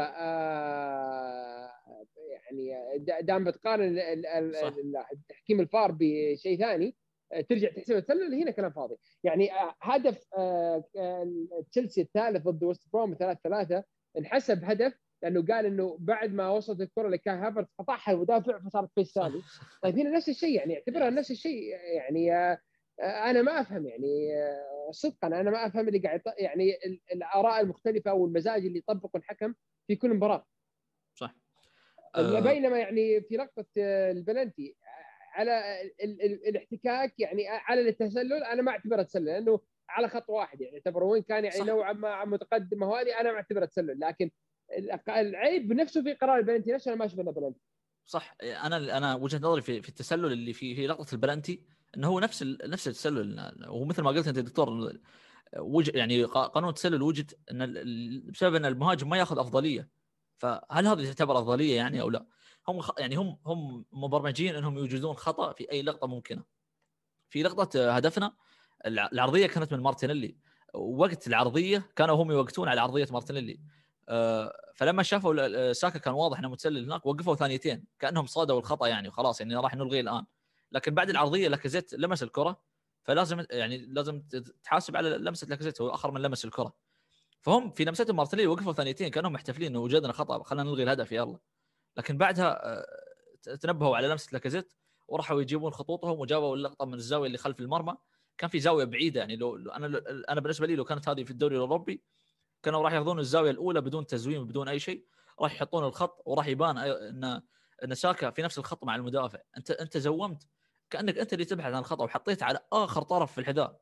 يعني دام بتقارن تحكيم الفار بشيء ثاني ترجع تحسب التسلل، هنا كلام فاضي يعني. هدف تشيلسي الثالث ضد وست بروم 3-3 انحسب هدف لانه قال انه بعد ما وصلت الكره لكاي هافرت قطعها المدافع فصارت فيس ثاني. طيب هنا نفس الشيء يعني، اعتبرها نفس الشيء يعني. انا ما افهم يعني صدقا انا ما افهم اللي قاعد يعني الاراء المختلفه والمزاج اللي يطبقه الحكم في كل مباراه. صح. بينما يعني في لقطه البلنتي على الاحتكاك يعني على التسلل انا ما اعتبره تسلل لانه على خط واحد يعني اعتبره وين كان يعني نوعا ما متقدم وهذه انا ما اعتبره تسلل. لكن العيب بنفسه في قرار البلنتي نفسه انا ما اشوف انه بلنتي. صح. انا وجهه نظري في التسلل اللي في لقطه البلنتي انه هو نفس التسلل. ومثل ما قلت انت دكتور، يعني قانون التسلل وجد ان بسبب ان المهاجم ما ياخذ افضليه. فهل هذه تعتبر افضليه يعني او لا؟ يعني هم مبرمجين انهم يوجدون خطا في اي لقطه ممكنه. في لقطه هدفنا العرضيه كانت من مارتينيلي، وقت العرضيه كانوا هم يوقتون على عرضيه مارتينيلي. فلما شافوا ساكا كان واضح انه متسلل هناك، وقفوا ثانيتين كانهم صادوا الخطا يعني، وخلاص يعني راح نلغيه الان. لكن بعد العرضيه لاكازيت لمس الكره، فلازم يعني لازم تحاسب على لمسه لاكازيت، هو اخر من لمس الكره. فهم في لمستهم مارتينيلي وقفوا ثانيتين كانهم محتفلين انه وجدنا خطا، خلينا نلغي الهدف يلا. لكن بعدها تنبهوا على لمسه لاكازيت، وراحوا يجيبون خطوطهم وجابوا اللقطه من الزاويه اللي خلف المرمى. كان في زاويه بعيده يعني، لو انا بالنسبه لي لو كانت هذه في الدوري الاوروبي كانوا راح ياخذون الزاويه الاولى بدون تزويم بدون اي شيء، راح يحطون الخط وراح يبان ان ساكا في نفس الخط مع المدافع. انت زومت كانك انت اللي تبحث عن الخطا، وحطيت على اخر طرف في الحذاء.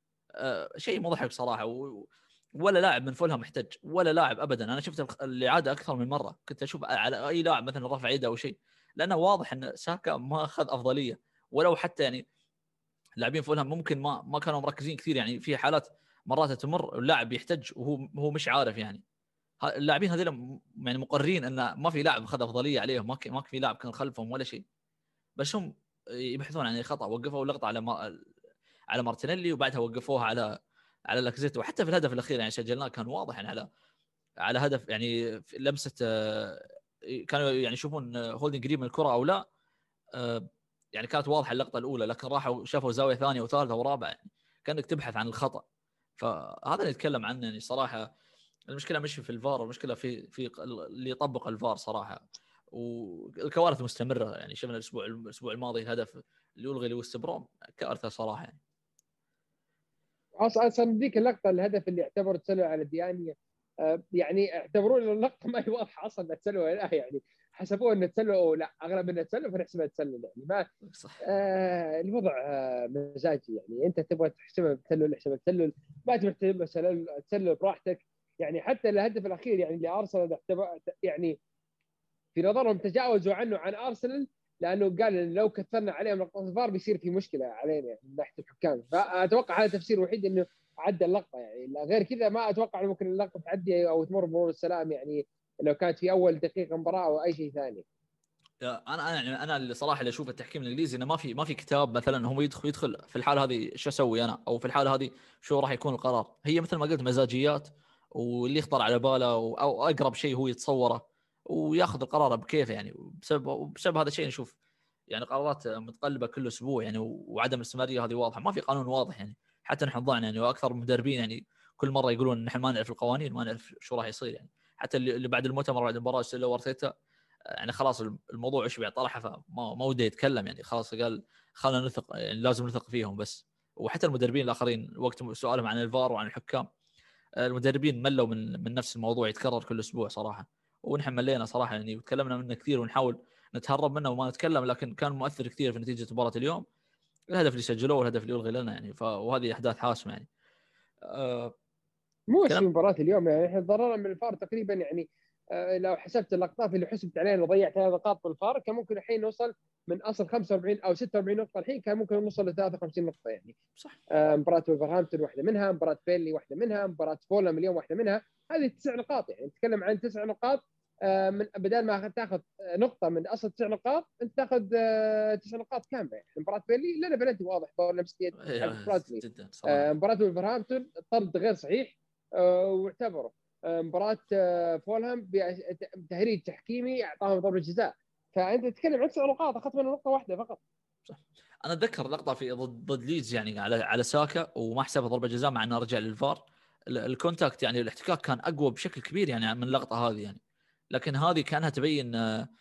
شيء مضحك صراحه. ولا لاعب من فولهام محتج، ولا لاعب ابدا. انا شفت الاعاده اكثر من مره، كنت اشوف على اي لاعب مثلا رفع يده او شيء، لانه واضح ان ساكا ما اخذ افضليه. ولو حتى يعني لاعبين فولهام ممكن ما كانوا مركزين كثير، يعني في حالات مرات تمر اللاعب يحتج وهو مش عارف يعني. اللاعبين هذول يعني مقرين ان ما في لاعب اخذ افضليه عليهم، ما في لاعب كان خلفهم ولا شيء، بس هم يبحثون عن خطا. وقفوا اللقطه على مارتينيلي، وبعدها وقفوها على لاكازيت. وحتى في الهدف الاخير يعني سجلناه كان واضح يعني على هدف يعني لمسه، كانوا يعني يشوفون هولدنج قريب من الكره او لا. يعني كانت واضحه اللقطه الاولى، لكن راحوا شافوا زاويه ثانيه وثالثه ورابعه، يعني كانك تبحث عن الخطا. فهذا اللي نتكلم عنه يعني صراحه. المشكله مش في الفار، المشكله في اللي يطبق الفار صراحه. والكوارث مستمره يعني. شفنا الاسبوع الماضي الهدف اللي يلغي لويس بروم، كارثه صراحه يعني. اصلا ذيك اللقطه الهدف اللي اعتبر تسلل على ديانيا، يعني اعتبروا اللقطه ما هي واضحه اصلا تسلل ولا لا، يعني حسبوها انه تسلل او لا، اغلب انه تسلل فنحسبها تسلل يعني. ما صح. الوضع مزاجي يعني. انت تبغى تحسبها بتسلل احسبها بتسلل، ما تبغى تحسبها تسلل براحتك يعني. حتى الهدف الاخير يعني اللي ارسنال يعني في نظرهم تجاوزوا عنه عن ارسنال، لانه قال لو كثرنا عليهم لقطات الفار بيصير في مشكله علينا يعني من ناحيه الحكام. فاتوقع هذا التفسير الوحيد انه عدى اللقطه يعني. غير كذا ما اتوقع انه ممكن اللقطه تعدي او تمر بمرور السلام يعني، لو كانت في اول دقيقه مباراه او اي شيء ثاني. انا اللي صراحه اللي اشوف التحكيم الانجليزي انه ما في كتاب مثلا هو يدخل في الحاله هذه شو اسوي انا، او في الحاله هذه شو راح يكون القرار. هي مثل ما قلت مزاجيات، واللي يخطر على باله او اقرب شيء هو يتصوره وياخذ القرار بكيفه يعني. بسبب هذا الشيء نشوف يعني قرارات متقلبه كل اسبوع يعني، وعدم الاستمراريه هذه واضحه. ما في قانون واضح يعني. حتى نحن ضعنا يعني، واكثر المدربين يعني كل مره يقولون نحن ما نعرف القوانين، ما نعرف شو راح يصير يعني. حتى اللي بعد المؤتمر بعد المباراه سيلو وارتيتا يعني خلاص الموضوع اشبع طرحه، فما وده يتكلم يعني. خلاص قال خلينا نثق يعني، لازم نثق فيهم بس. وحتى المدربين الاخرين وقت سؤالهم عن الفار وعن الحكام، المدربين ملوا من نفس الموضوع يتكرر كل اسبوع صراحه. ونحن ملينا صراحه يعني، وتكلمنا منه كثير ونحاول نتهرب منه وما نتكلم، لكن كان مؤثر كثير في نتيجه مباراه اليوم. الهدف اللي سجلوه والهدف اللي يلغي لنا يعني، وهذه احداث حاسمه يعني. مو بس كلام. في مباراه اليوم يعني، احنا ضررنا من الفار تقريبا يعني. لو حسبت اللقطات اللي حسبت علينا وضيعت 3 نقاط بالفار، كان ممكن الحين نوصل من اصل 45 او 46 نقطه، الحين كان ممكن نوصل ل 53 نقطه يعني. صح. مباراه ولفرهامبتون واحده منها، مباراه بيرلي واحده منها، مباراه فولهام اليوم واحده منها. هذه 9 نقاط يعني. نتكلم عن 9 نقاط. من بدل ما تاخذ نقطه من اصل 9 نقاط، انت تاخذ 9 نقاط كامله يعني. مباراه بيرلي لنا بلنتي واضح باور لمسيه برادلي. جدا صراحه. مباراه ولفرهامبتون طرد غير صحيح واعتبره. مباراه فولهام بتهريج تحكيمي اعطاهم ضربه جزاء. فانت تتكلم عن 9 نقاط اخذت منهم نقطه واحده فقط. صح. انا اتذكر لقطه في ضد ليدز يعني على ساكا وما حسبها ضربه جزاء مع انه رجع للفار. الكونتاكت يعني الاحتكاك كان اقوى بشكل كبير يعني من اللقطه هذه يعني. لكن هذه كانها تبين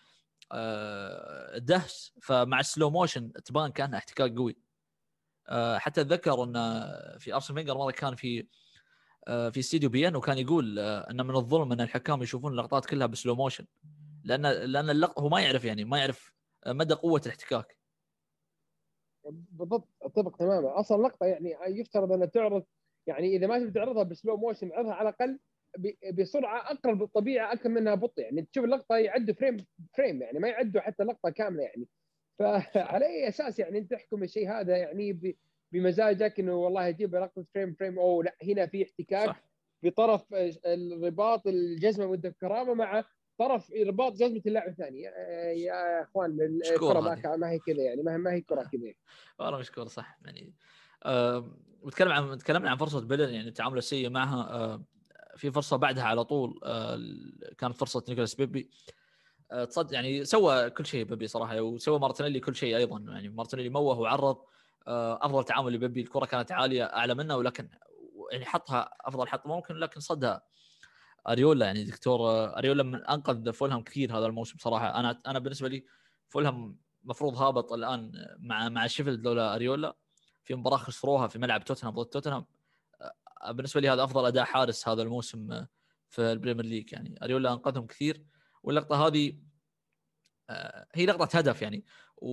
دهس، فمع السلو موشن تبان كانها احتكاك قوي. حتى اتذكر ان في ارسن فينجر مره كان في استديو بي ان، وكان يقول ان من الظلم ان الحكام يشوفون اللقطات كلها بسلو موشن، لان اللقطه هو ما يعرف يعني ما يعرف مدى قوه الاحتكاك. بالضبط، اتفق تماما. اصلا اللقطه يعني يفترض ان تعرض يعني، اذا ما تبي تعرضها بسلو موشن عرضها على الاقل بسرعه اقرب للطبيعه اكثر منها بطء يعني. تشوف اللقطه يعدوا فريم يعني، ما يعدوا حتى اللقطه كامله يعني. فعلى اي اساس يعني انت تحكم الشيء هذا يعني بمزاجك انه والله اجيب لقطه فريم او لا هنا في احتكاك صح. في طرف الرباط الجزمه ود الكرامه مع طرف رباط جزمه اللاعب الثاني. يا اخوان مشكور الكره هذه. ما هي كذا يعني ما هي كره كذا. والله مشكور صح يعني. تكلمنا عن فرصه بيلن يعني التعامل السيء معها. في فرصه بعدها على طول كانت فرصه نيكولاس بيبي. تصد يعني سوى كل شيء بيبي صراحه، وسوى مارتينيلي كل شيء ايضا. يعني مارتينيلي موه وعرض افضل تعامل لبيبي، الكره كانت عاليه اعلى منه، ولكن يعني حطها افضل حط ممكن، لكن صدها اريولا. يعني دكتور اريولا من انقذ فولهام كثير هذا الموسم صراحه. انا بالنسبه لي فولهام مفروض هابط الان مع شيفيلد لولا اريولا في مباراه خسروها في ملعب توتنهام ضد توتنهام. بالنسبه لي هذا افضل اداء حارس هذا الموسم في البريمير ليج. يعني اريولا انقذهم كثير، واللقطه هذه هي لقطه هدف يعني،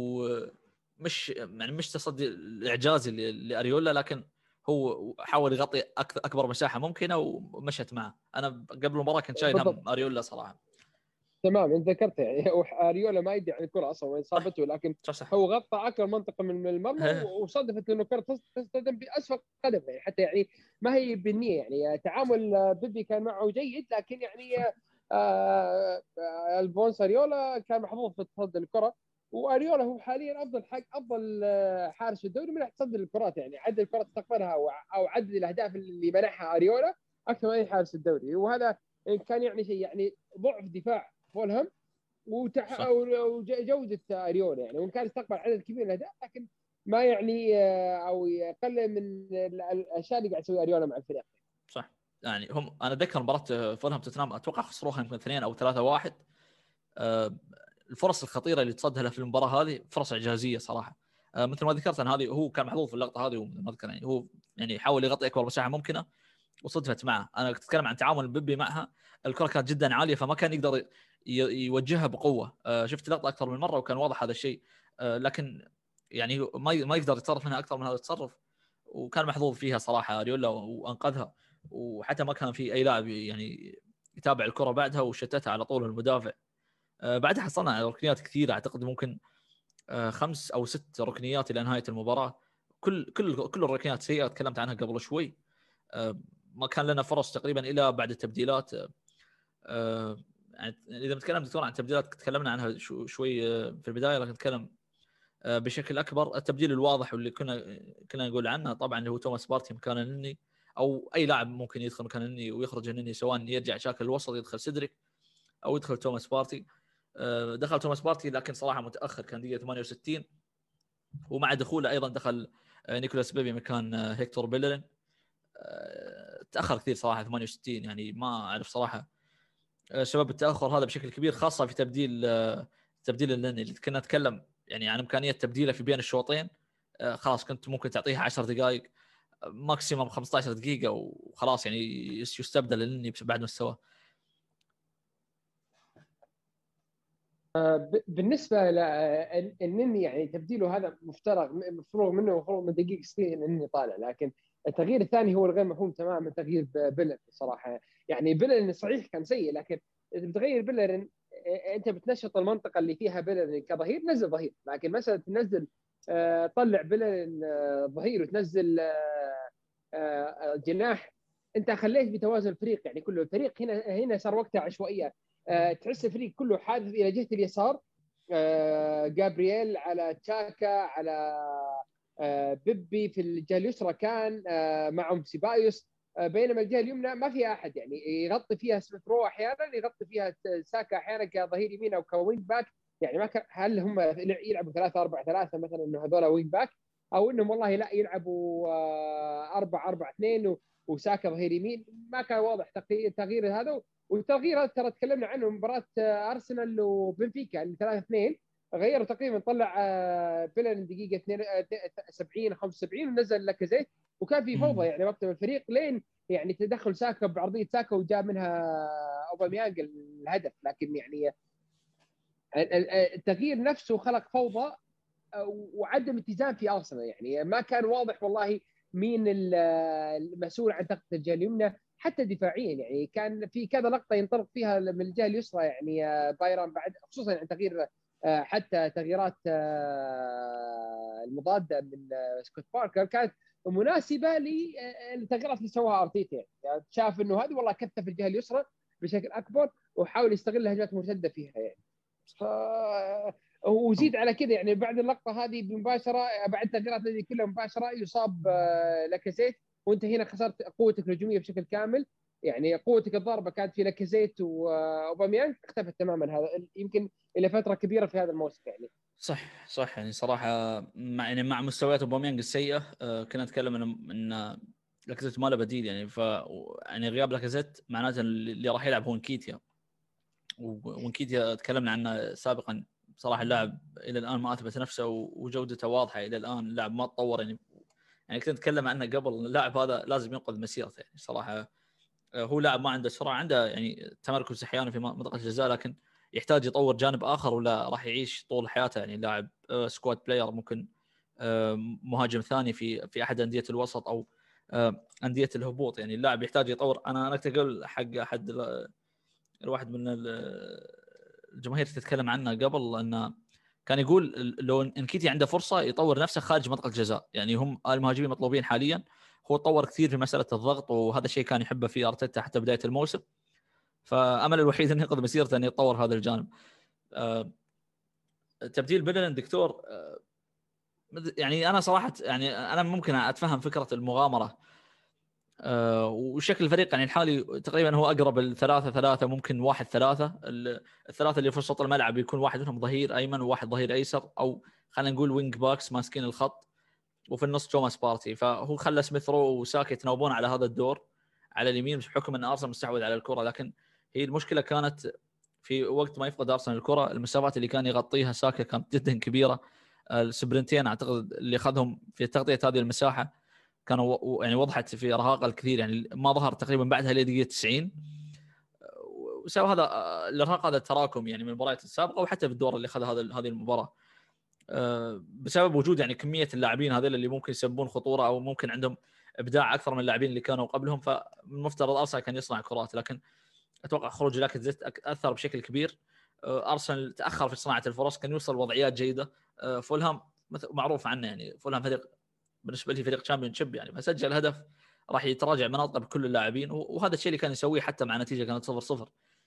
ومش تصدي الاعجازي لاريولا، لكن هو حاول يغطي اكبر مساحه ممكنه ومشت معه. انا قبل المباراه كنت شايل بالضبط هم اريولا صراحه. تمام انت ذكرت يعني اريولا ما يدري عن الكره اصلا وين صابته، لكن صح. هو غطى اكبر منطقه من المرمى وصدفت انه الكره تصطدم باسفل قدم يعني حتى يعني ما هي بالنيه يعني. تعامل بيبي كان معه جيد، لكن يعني الفونس اريولا كان محظوظ في تصدي الكره. واريولا هو حاليا افضل حارس في الدوري من ناحيه تصدي الكرات يعني. عدد الكرات استقبلها او عدد الاهداف اللي منحها اريولا اكثر من اي حارس في الدوري. وهذا كان يعني شيء يعني ضعف دفاع فولهام صح. وجوده اريولا يعني. وان كان استقبل عدد كبير من الاهداف، لكن ما يعني او يقلل من الاشياء اللي قاعد يسويها اريولا مع الفريق. صح. يعني انا اتذكر مباراه فولهام توتنهام اتوقع خسروها يمكن 2 او 3-1. الفرص الخطيره اللي تصدها في المباراه هذه فرص اعجازيه صراحه. مثل ما ذكرت انا هذه هو كان محظوظ في اللقطه هذه، ومثل ما ذكر يعني هو يعني حاول يغطي اكبر مساحه ممكنه وصدفت معه. انا اتكلم عن تعامل بيبي معها، الكره كانت جدا عاليه فما كان يقدر يوجهها بقوه. شفت اللقطه اكثر من مره وكان واضح هذا الشيء. لكن يعني ما يقدر يتصرف منها اكثر من هذا التصرف، وكان محظوظ فيها صراحه ريولا وانقذها. وحتى ما كان في اي لاعب يعني يتابع الكره بعدها، وشتتها على طول المدافع. بعدها حصلنا على ركنيات كثيره، اعتقد ممكن 5 أو 6 ركنيات الى نهايه المباراه. كل الركنيات سيئه، تكلمت عنها قبل شوي. ما كان لنا فرص تقريبا الى بعد التبديلات. يعني اذا نتكلم دكتور عن التبديلات تكلمنا عنها شوي في البدايه، لكن نتكلم بشكل اكبر. التبديل الواضح واللي كنا نقول عنه طبعا اللي هو توماس بارتي مكان النني، او اي لاعب ممكن يدخل مكان النني ويخرج النني، سواء يرجع شاكل الوسط يدخل سيدريك او يدخل توماس بارتي. دخل توماس بارتي لكن صراحه متاخر، كان دقيقه 68. ومع دخوله ايضا دخل نيكولاس بيبي مكان هيكتور بيلرين. تاخر كثير صراحه 68، يعني ما اعرف صراحه سبب التاخر هذا بشكل كبير، خاصه في تبديل النني اللي كنا نتكلم يعني عن امكانيه تبديله في بين الشوطين. خلاص كنت ممكن تعطيها 10 دقائق ماكسيموم 15 دقيقه وخلاص يعني يستبدل النني بعد مستواه. بالنسبه للنني يعني تبديله هذا مفروغ منه، مفروغ من دقيقه 60 اني طالع. لكن التغيير الثاني هو الغير مفهوم تماما، تغيير بيلر صراحه. يعني بيلر صحيح كان سيء، لكن اذا بتغير بيلر انت بتنشط المنطقه اللي فيها بيلر كظهير، نزل ظهير. لكن مثلا تنزل طلع بيلر ظهير وتنزل جناح، انت خليت بتوازن الفريق يعني كله. الفريق هنا صار وقتها عشوائيه. تحس الفريق كله حادث الى جهه اليسار، جابرييل على تشاكا على بيبي، في الجهه اليسرى كان معهم سيبايوس، بينما الجهه اليمنى ما فيها احد يعني. يغطي فيها سميث رو احيانا، يغطي فيها ساكا احيانا كظهير يمين او كوينج باك. يعني ما كان هل هم يلعبوا 3-4-3 مثلا انه هذول وينج باك، او انهم والله لا يلعبوا 4-4-2 وساكا ظهير يمين. ما كان واضح تغيير هذا. والتغيير هذا ترى تكلمنا عنه مباراه ارسنال وبنفيكا اللي 3-2 غيروا تقريبا. طلع بيلن دقيقه 70 75 ونزل لاكازيت، وكان في فوضى يعني وقت الفريق لين يعني تدخل ساكا بعرضيه ساكا وجاء منها اوباميانج الهدف. لكن يعني التغيير نفسه خلق فوضى وعدم اتزان في ارسنال. يعني ما كان واضح والله مين المسؤول عن تغطيه الجهه اليمنى حتى دفاعيا. يعني كان في كذا لقطه ينطلق فيها من الجهه اليسرى يعني بايرن بعد، خصوصا عن تغيير حتى تغييرات المضاده من سكوت باركر كانت مناسبه للتغييرات اللي سواها ارتيتا. يعني شاف انه هذه والله كثف الجهه اليسرى بشكل اكبر وحاول يستغل هجمات مرتده فيها يعني. وزيد على كذا يعني بعد اللقطه هذه مباشره، بعد التغييرات هذه كلها مباشره يصاب لاكازيت، وانت هنا خسرت قوتك الهجوميه بشكل كامل. يعني قوتك الضاربه كانت في لاكازيت واوباميانغ، اختفت تماما. هذا يمكن الى فتره كبيره في هذا الموسم يعني. صح يعني صراحه مع مستويات اوباميانغ السيئه كنا نتكلم ان لاكازيت ما له بديل يعني. يعني غياب لاكازيت معناته اللي راح يلعب هو نكيتيا، ونكيتيا تكلمنا عنه سابقا. بصراحه اللاعب الى الان ما اثبت نفسه وجودته واضحه الى الان، اللاعب ما تطور يعني كنت نتكلم عنه قبل. اللاعب هذا لازم ينقذ مسيرته يعني صراحه. هو لاعب ما عنده سرعه، عنده يعني تمركز احيانا في منطقه الجزاء، لكن يحتاج يطور جانب اخر ولا راح يعيش طول حياته يعني لاعب سكواد بلاير، ممكن مهاجم ثاني في احد انديه الوسط او انديه الهبوط. يعني اللاعب يحتاج يطور. انا كنت اقول حق احد الواحد من الجماهير تتكلم عنه قبل، انه كان يقول لو انكيتي عنده فرصه يطور نفسه خارج منطقه الجزاء. يعني هم المهاجمين مطلوبين حاليا. هو تطور كثير في مساله الضغط، وهذا الشيء كان يحبه في ارتيتا حتى بدايه الموسم. فامل الوحيد انه ينقذ مسيرته انه يتطور هذا الجانب. تبديل بيلين دكتور، يعني انا صراحه يعني انا ممكن اتفهم فكره المغامره، وشكل الفريق يعني الحالي تقريبا هو اقرب ال3-3، ممكن 1-3. الثلاثه اللي في وسط الملعب يكون واحد منهم ظهير ايمن وواحد ظهير ايسر، او خلينا نقول وينج باكس ماسكين الخط، وفي النص توماس بارتي. فهو خلى سميث رو وساكي يتناوبون على هذا الدور على اليمين بحكم ان ارسنال مستحوذ على الكره. لكن هي المشكله كانت في وقت ما يفقد ارسنال الكره، المسافات اللي كان يغطيها ساكا كانت جدا كبيره. السبرنتين اعتقد اللي اخذهم في تغطيه هذه المساحه كانوا يعني وضحت في ارهاق الكثير، يعني ما ظهر تقريبا بعدها لدقيقه 90. وسوى هذا الارهاق هذا التراكم يعني من المباريات السابقه وحتى في الدور اللي اخذ هذه المباراه، بسبب وجود يعني كميه اللاعبين هذول اللي ممكن يسببون خطوره او ممكن عندهم ابداع اكثر من اللاعبين اللي كانوا قبلهم. فالمفترض ارسنال كان يصنع كرات، لكن اتوقع خروج لاكازيت اثر بشكل كبير. ارسنال تاخر في صناعه الفرص، كان يوصل وضعيات جيده. فولهام معروف عنه يعني، فولهام فريق بالنسبه لي فريق تشامبيونشيب يعني، فسجل هدف راح يتراجع مناطقه بكل اللاعبين، وهذا الشيء اللي كان يسويه حتى مع نتيجه كانت 0-0.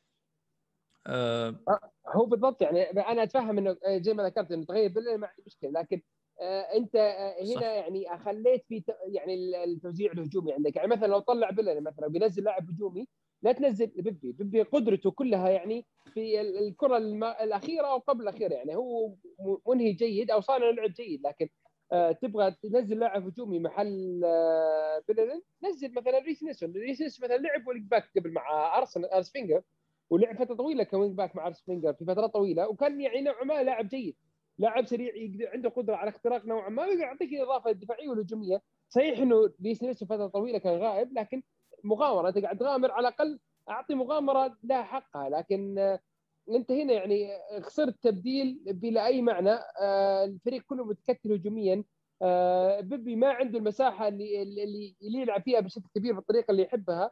هو بالضبط يعني انا اتفهم انه زي ما ذكرت انه تغير بيلين ما عندي مشكله، لكن انت هنا صح. يعني خليت في يعني التوزيع الهجومي عندك. يعني مثلا لو طلع بيلين مثلا بينزل لاعب هجومي، لا تنزل بيبي قدرته كلها يعني في الكره الاخيره او قبل الاخيره، يعني هو منهي جيد او صانع لعب جيد، لكن تبغى تنزل لاعب هجومي محل بيلين، نزل مثلا ريس نيلسون مثلا لعب وينج باك قبل مع ارسنال فينجر، ولعب فتره طويله كوينج باك مع سبرينجر في فتره طويله، وكان يعني نوعا ما لاعب جيد، لاعب سريع عنده قدره على اختراق نوعا ما، ويقدر يعطيك الاضافه الدفاعيه والهجوميه. صحيح انه ليس نفسه فتره طويله كان غائب، لكن مغامره انت قاعد تغامر، على الاقل اعطي مغامره لها حقها. لكن انت هنا يعني خسرت تبديل بلا اي معنى. الفريق كله متكتل هجوميا. بيبي ما عنده المساحه اللي يلعب فيها بشكل كبير بالطريقه اللي يحبها.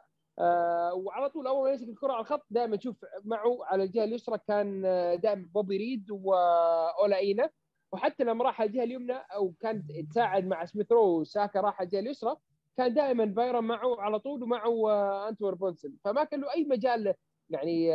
وعلى طول اول ما يمسك الكره على الخط دائما نشوف معه على الجهه اليسرى كان دائما بوبي ريد واولا اينا، وحتى لما راح على الجهه اليمنى او كان يتساعد مع سميث رو وساكا راح على الجهه اليسرى، كان دائما بايرن معه على طول ومعه انتور بونسل، فما كان له اي مجال يعني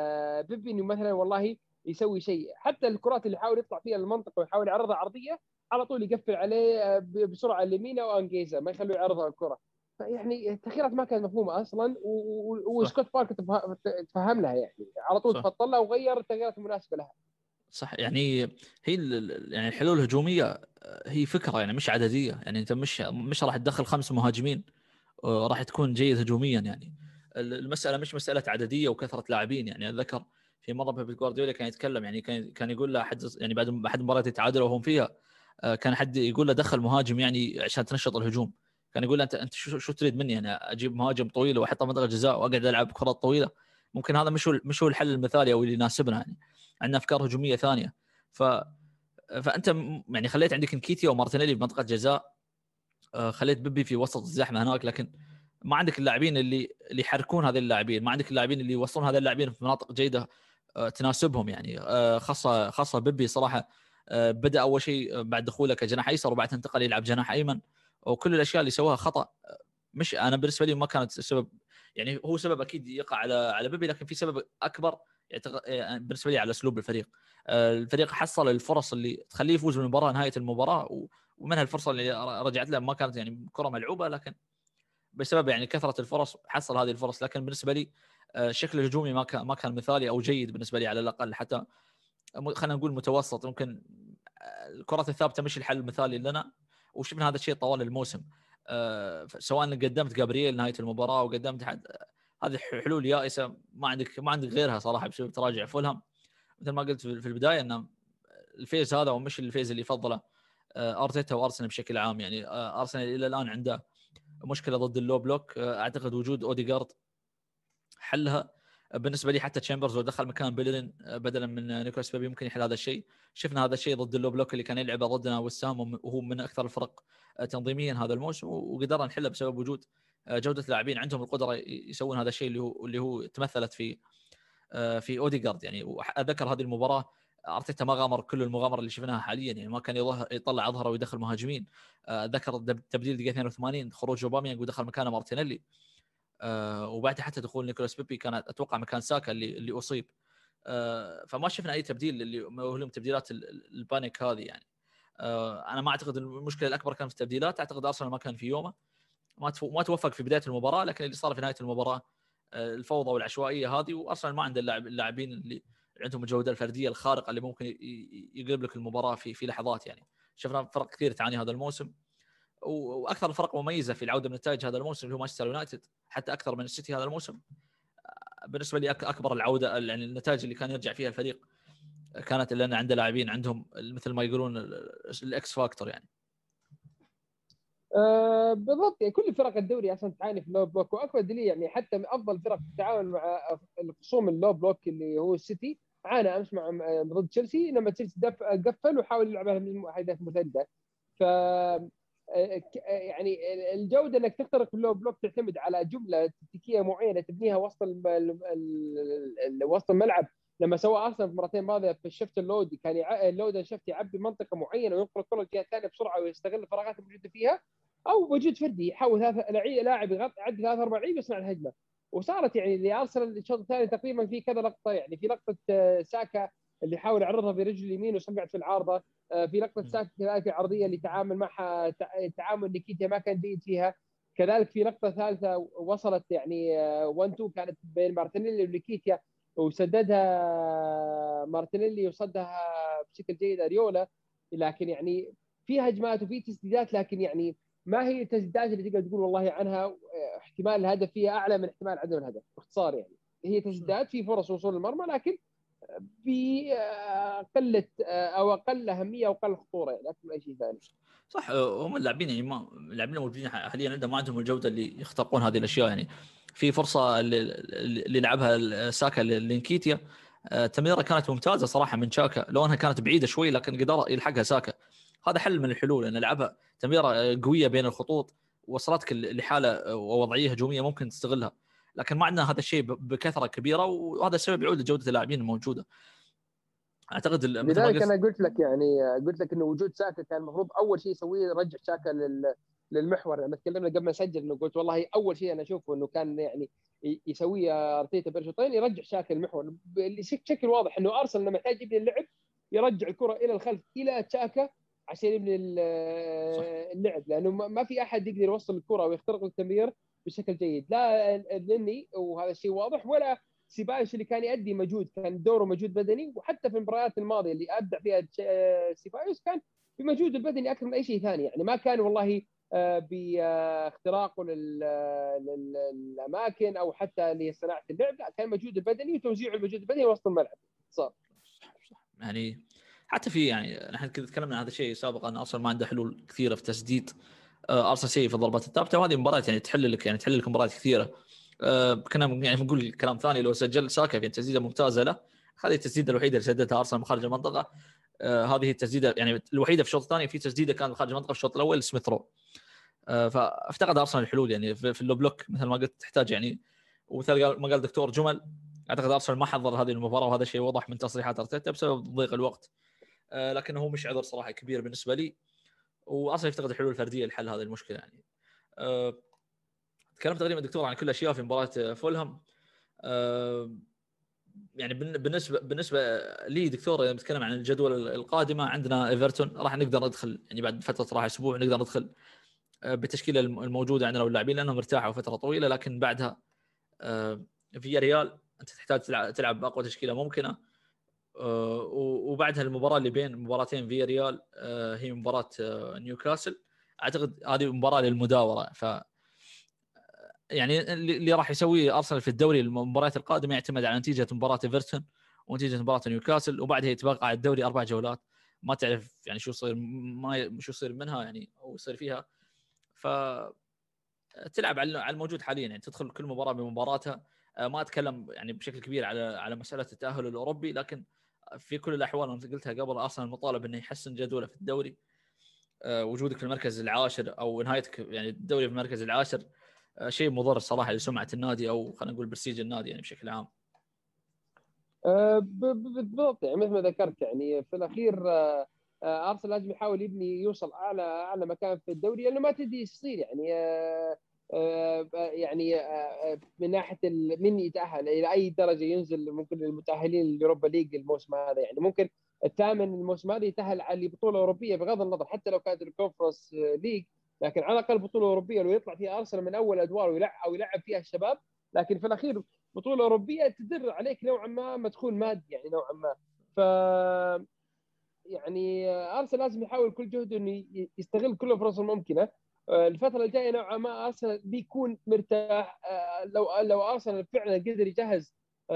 بيبي انه مثلا والله يسوي شيء. حتى الكرات اللي يحاول يطلع فيها المنطقه ويحاول يعرضها عرضيه على طول يقفل عليه بسرعه اليمين او انجيزا ما يخلوه يعرضها الكره. يعني التغييرات ما كانت مفهومه اصلا، وسكوت بارك تفهم لها يعني على طول تفضل لها وغير التغييرات المناسبه لها. صح يعني هي يعني الحلول الهجوميه هي فكره يعني مش عدديه. يعني انت مش راح تدخل 5 مهاجمين راح تكون جيد هجوميا. يعني المساله مش مساله عدديه وكثره لاعبين. يعني اتذكر في مره بيب جوارديولا كان يتكلم، يعني كان يقول له احد يعني بعد احد مباريات يتعادلوا وهم فيها، كان حد يقول له دخل مهاجم يعني عشان تنشط الهجوم. كان يقول له انت شو تريد مني؟ انا اجيب مهاجم طويل واحطه منطقه جزاء واقعد العب كرات طويله؟ ممكن هذا مش هو الحل المثالي او اللي يناسبنا. يعني عندنا افكار هجوميه ثانيه. فانت يعني خليت عندك انكيتيا ومارتينيلي بمنطقه جزاء، خليت بيبي في وسط الزحمه هناك، لكن ما عندك اللاعبين اللي يحركون هذه اللاعبين، ما عندك اللاعبين اللي يوصلون هذه اللاعبين في مناطق جيده تناسبهم يعني. خاصه بيبي صراحه بدا اول شيء بعد دخوله كجناح ايسر وبعد انتقل يلعب جناح ايمن، وكل الاشياء اللي سواها خطا. مش انا بالنسبه لي ما كانت السبب، يعني هو سبب اكيد يقع على بيبي، لكن في سبب اكبر بالنسبه لي على اسلوب الفريق. الفريق حصل الفرص اللي تخليه يفوز بالمباراه نهايه المباراه، ومنها الفرصه اللي رجعت له ما كانت يعني كره ملعوبه، لكن بسبب يعني كثره الفرص حصل هذه الفرص. لكن بالنسبه لي الشكل الهجومي ما كان مثالي او جيد بالنسبه لي على الاقل، حتى خلينا نقول متوسط. ممكن الكرات الثابته مش الحل المثالي لنا، وشفنا هذا الشيء طوال الموسم. سواء قدمت جابرييل نهايه المباراه وقدمت هذه حلول يائسه ما عندك غيرها صراحه بسبب تراجع فولهام. مثل ما قلت في البدايه ان الفيز هذا ومش الفيز اللي يفضله ارتيتا وارسنال بشكل عام. يعني ارسنال الى الان عنده مشكله ضد اللو بلوك، اعتقد وجود اوديغارد حلها بالنسبه لي. حتى تشامبرز لو دخل مكان بيلرين بدلا من نيكولاس بيبي ممكن يحل هذا الشيء. شفنا هذا الشيء ضد اللو بلوك اللي كان يلعبه ضدنا وسام، وهو من اكثر الفرق تنظيميا هذا الموسم، وقدرنا نحله بسبب وجود جوده لاعبين عندهم القدره يسوون هذا الشيء اللي هو تمثلت في اوديغارد. يعني واذكر هذه المباراه ارتيتا ما غامر كل المغامره اللي شفناها حاليا، يعني ما كان يطلع اظهره ويدخل مهاجمين. ذكر تبديل دقيقه 82 خروج اوباميانغ ودخل مكانه مارتينيلي، وبعدها حتى دخول نيكولاس بيبي كان اتوقع مكان ساكا اللي اصيب. فما شفنا اي تبديل اللي هم تبديلات البانيك هذه يعني. انا ما اعتقد المشكله الاكبر كانت في التبديلات، اعتقد ارسنال ما كان في يومه، ما توفق في بدايه المباراه، لكن اللي صار في نهايه المباراه الفوضى والعشوائيه هذه، وارسنال ما عنده اللاعبين اللي عندهم الجوده الفرديه الخارقه اللي ممكن يقلب لك المباراه في لحظات. يعني شفنا فرق كثير تعاني هذا الموسم، واكثر الفرق مميزه في العوده من النتائج هذا الموسم اللي هو مانشستر يونايتد، حتى اكثر من السيتي هذا الموسم. بالنسبه لي اكبر العوده يعني النتائج اللي كان يرجع فيها الفريق كانت لان عنده لاعبين عندهم مثل ما يقولون الاكس فاكتور يعني. بالضبط، يعني كل فرق الدوري اصلا تعاني في اللو بلوك، واكبر دليل يعني حتى من افضل فرق التعامل مع الخصوم اللو بلوك اللي هو السيتي عانى امس مع ضد تشيلسي لما تشيلسي قفل وحاول يلعب اهداف مرتده. ف يعني الجوده انك تخترق اللو بلوك تعتمد على جمله تكتيكيه معينه تبنيها وسط الملعب. لما سوى ارسنال في مرتين ماضيه في الشفت اللود، كان اللود الشفت يعبي منطقه معينه وينقل الكره الجهه الثانيه بسرعه ويستغل الفراغات الموجوده فيها، او وجود فردي يحاول لاعب يعدي 3-4 لعيبه يصنع الهجمه. وصارت يعني لارسنال الشوط الثاني تقريبا في كذا لقطه، يعني في لقطه ساكا اللي حاول يعرضها برجل اليمين وصقعت في العارضه، في لقطه ساكا كذلك عرضيه اللي تعامل معها تعامل نيكيتيا ما كان جيد فيها. كذلك في لقطه ثالثه وصلت يعني 1-2 كانت بين مارتينيلي ونيكيتيا وسددها مارتينيلي وصدها بشكل جيد اريولا. لكن يعني في هجمات وفي تسديدات، لكن يعني ما هي التسديدات اللي تقدر تقول والله عنها احتمال الهدف فيها اعلى من احتمال عدم الهدف. باختصار يعني هي تسديدات في فرص وصول المرمى، لكن بقله او اقل اهميه او اقل خطوره يعني اكثر من اي شيء ثاني. صح، هم اللاعبين يعني اللاعبين الموجودين حاليا عندهم ما عندهم الجوده اللي يخترقون هذه الاشياء. يعني في فرصه اللي لعبها ساكا لينكيتيا، تمريره كانت ممتازه صراحه من شاكا، لو انها كانت بعيده شوي لكن قدر يلحقها ساكا. هذا حل من الحلول، ان لعبها تمريره قويه بين الخطوط وصلتك لحاله ووضعيه هجوميه ممكن تستغلها، لكن ما عندنا هذا الشيء بكثره كبيره، وهذا السبب يعود لجوده اللاعبين الموجوده. اعتقد لذلك انا قلت لك انه وجود ساكا كان المفروض اول شيء يسويه يرجع ساكا للمحور. لما تكلمنا قبل ما نسجل انه قلت والله اول شيء انا اشوفه انه كان يعني يسويه ارتيتا بالشوطين يرجع ساكا للمحور بشكل واضح، انه ارسنال لما يحتاج يبني اللعب يرجع الكره الى الخلف الى ساكا عشان يبني اللعب، لانه ما في احد يقدر يوصل الكره ويخترق التمرير بشكل جيد، لا لني وهذا الشيء واضح، ولا سيبايوس اللي كان يؤدي مجهود، كان دوره مجهود بدني. وحتى في المباريات الماضيه اللي ابدع فيها سيبايوس كان بمجهود البدني اكثر من اي شيء ثاني، يعني ما كان والله باختراقه للاماكن او حتى لصناعه اللعب، لا كان مجهود البدني وتوزيع المجهود البدني وسط الملعب صار. صح يعني حتى في يعني نحن كذا تكلمنا عن هذا الشيء سابقا، ان ارسنال ما عنده حلول كثيره في تسديد. ارسنال سيء في الضربات الثابته، وهذه مباريات يعني تحل لك مباريات كثيره. كنا يعني بنقول كلام ثاني، لو سجل ساكا في تسديده ممتازه له، هذه التسديده الوحيده اللي سددها ارسنال من خارج المنطقه. هذه التسديده يعني الوحيده في الشوط الثاني، في تسديده كانت خارج المنطقه في الشوط الاول سميث رو. فافتقد ارسنال الحلول يعني في اللو بلوك مثل ما قلت تحتاج يعني، ومثل ما قال دكتور جمل اعتقد ارسنال ما حضر هذه المباراه، وهذا الشيء وضح من تصريحات ارتيتا بسبب ضيق الوقت. لكن هو مش عذر صراحه كبير بالنسبه لي، واصلا يفتقد الحلول الفرديه لحل هذه المشكله يعني. تكلمت تقريبا دكتور عن كل اشياء في مباراه فولهام. يعني بالنسبه لي دكتور، اذا بنتكلم عن الجدول القادمه، عندنا ايفرتون راح نقدر ندخل يعني بعد فتره راح اسبوع نقدر ندخل بالتشكيله الموجوده عندنا واللاعبين لانهم ارتاحوا فتره طويله. لكن بعدها في ريال انت تحتاج تلعب باقوى تشكيله ممكنه. وبعدها المباراه اللي بين مباراتين في ريال هي مباراه نيوكاسل. اعتقد هذه مباراه للمداوره. ف يعني اللي راح يسويه ارسنال في الدوري المباريات القادمه يعتمد على نتيجه مباراه ايفرتون ونتيجه مباراه نيوكاسل، وبعدها يتبقى على الدوري 4 جولات ما تعرف يعني شو يصير، ما شو يصير منها يعني او يصير فيها. ف تلعب على الموجود حاليا، يعني تدخل كل مباراه بمباراتها. ما اتكلم يعني بشكل كبير على مساله التاهل الاوروبي، لكن في كل الاحوال انا قلتها قبل، ارسنال مطالب انه يحسن جدوله في الدوري. وجودك في المركز العاشر او نهايتك يعني الدوري في المركز العاشر شيء مضر صراحه لسمعه النادي، او خلينا نقول برستيج النادي يعني بشكل عام. بالضبط، يعني مثل ما ذكرت يعني في الاخير ارسنال لازم يحاول يبني يوصل اعلى مكان في الدوري، لانه ما تدري ايش يصير يعني. يعني من ناحيه من يتاهل الى اي درجه ينزل، ممكن المتاهلين لليوروبا ليج الموسم هذا، يعني ممكن الثامن الموسم هذا يتاهل على بطوله اوروبيه بغض النظر حتى لو كانت الكونفرنس ليج، لكن على الاقل بطوله اوروبيه لو يطلع فيها ارسنال من اول ادوار ويلعب فيها الشباب. لكن في الاخير بطوله اوروبيه تدر عليك نوعا ما مدخول مادي يعني نوعا ما. ف يعني ارسنال لازم يحاول كل جهده انه يستغل كل الفرص الممكنه. الفتره الجايه نوعا ما ارسنال بيكون مرتاح لو ارسنال فعلا قدر يجهز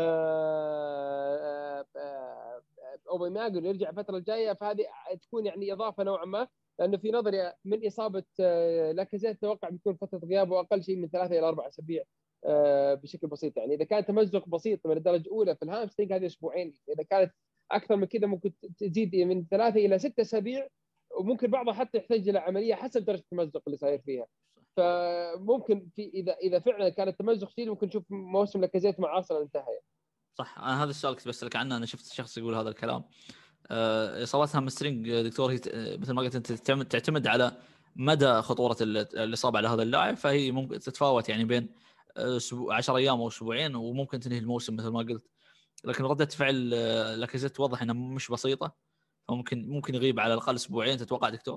اوباميانغ يرجع الفتره الجايه، فهذه تكون يعني اضافه نوعا ما، لانه في نظري من اصابه لاكازيت اتوقع بيكون فتره غيابه اقل شيء من 3 الى 4 اسابيع بشكل بسيط. يعني اذا كان تمزق بسيط من الدرجه الاولى في الهامسترينج هذه اسبوعين، اذا كانت اكثر من كذا ممكن تزيد من 3 الى 6 اسابيع، وممكن بعضها حتى يحتاج الى عمليه حسب درجه التمزق اللي صاير فيها. فممكن في اذا فعلا كان التمزق شديد ممكن نشوف موسم لاكازيت مع ارسنال انتهى. صح، انا هذا السؤال كنت بسالك عنه، انا شفت شخص يقول هذا الكلام. اصابات هامسترينج دكتور هي مثل ما قلت انت تعتمد على مدى خطوره الاصابه على هذا اللاعب، فهي ممكن تتفاوت يعني بين 10 ايام او اسبوعين، وممكن تنهي الموسم مثل ما قلت. لكن ردة فعل لاكازيت واضح انها مش بسيطه، فممكن يغيب على الاقل اسبوعين. تتوقع دكتور؟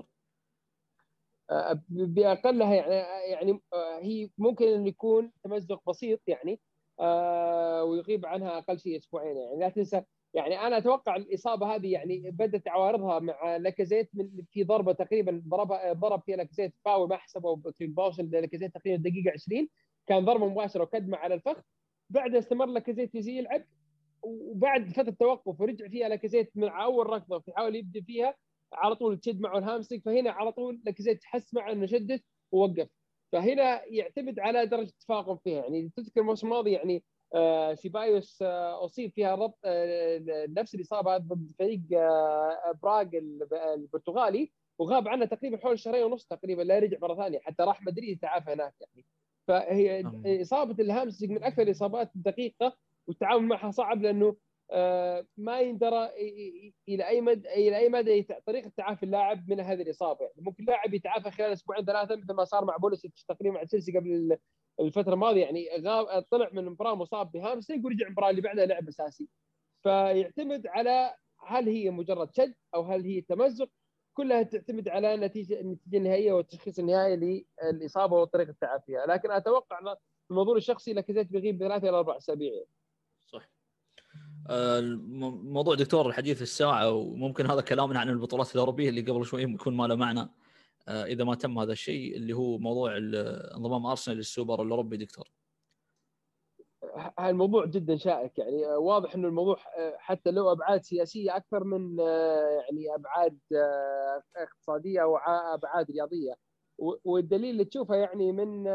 باقلها يعني هي ممكن انه يكون تمزق بسيط يعني ويغيب عنها اقل شيء اسبوعين. يعني لا تنسى يعني انا اتوقع الاصابه هذه يعني بدات عوارضها مع لاكازيت في ضربه تقريبا ضرب فيها لاكازيت فاول ما حسبه في باوصل لاكازيت تقريبا دقيقه 20، كان ضربه مباشره وكدمه على الفخذ. بعدها استمر لاكازيت يلعب، وبعد فتره توقف ورجع فيها لاكازيت من اول ركضه ويحاول يبدا فيها على طول تشد معه الهامسترينج، فهنا على طول لاكازيت تحس معه انه شدت ووقف. فهنا يعتمد على درجه التفاقم فيها. يعني تذكر الموسم الماضي يعني سيبايوس اصيب فيها ربط نفس الاصابه ضد فريق براغ البرتغالي، وغاب عنه تقريبا حول شهرين ونص تقريبا، لا يرجع مره ثانيه حتى راح مدريد يتعافى هناك يعني. فهي اصابه الهامسترينج من اكثر الاصابات الدقيقه، والتعامل معها صعب لانه ما يندرى الى اي مدى طريقه تعافي اللاعب من هذه الاصابه. يعني ممكن لاعب يتعافى خلال اسبوعين ثلاثه مثل ما صار مع بوليسيتش تقريبا مع تشيلسي قبل الفتره الماضيه، يعني طلع من المباراه مصاب بهامسترينج ورجع المباراه اللي بعدها لعب اساسي. فيعتمد على هل هي مجرد شد او هل هي تمزق، كلها تعتمد على النتيجه النهائيه والتشخيص النهائي للاصابه وطريقه تعافيها. لكن اتوقع الموضوع الشخصي لاكازيت بيغيب 3 الى 4 اسابيع. صح. موضوع دكتور الحديث الساعه، وممكن هذا كلامنا عن البطولات الاوروبيه اللي قبل شوي يكون ما له معنى اذا ما تم هذا الشيء، اللي هو موضوع انضمام ارسنال للسوبر الاوروبي. دكتور الموضوع جدا شائك، يعني واضح انه الموضوع حتى له ابعاد سياسيه اكثر من يعني ابعاد اقتصاديه او ابعاد رياضيه. والدليل اللي تشوفه يعني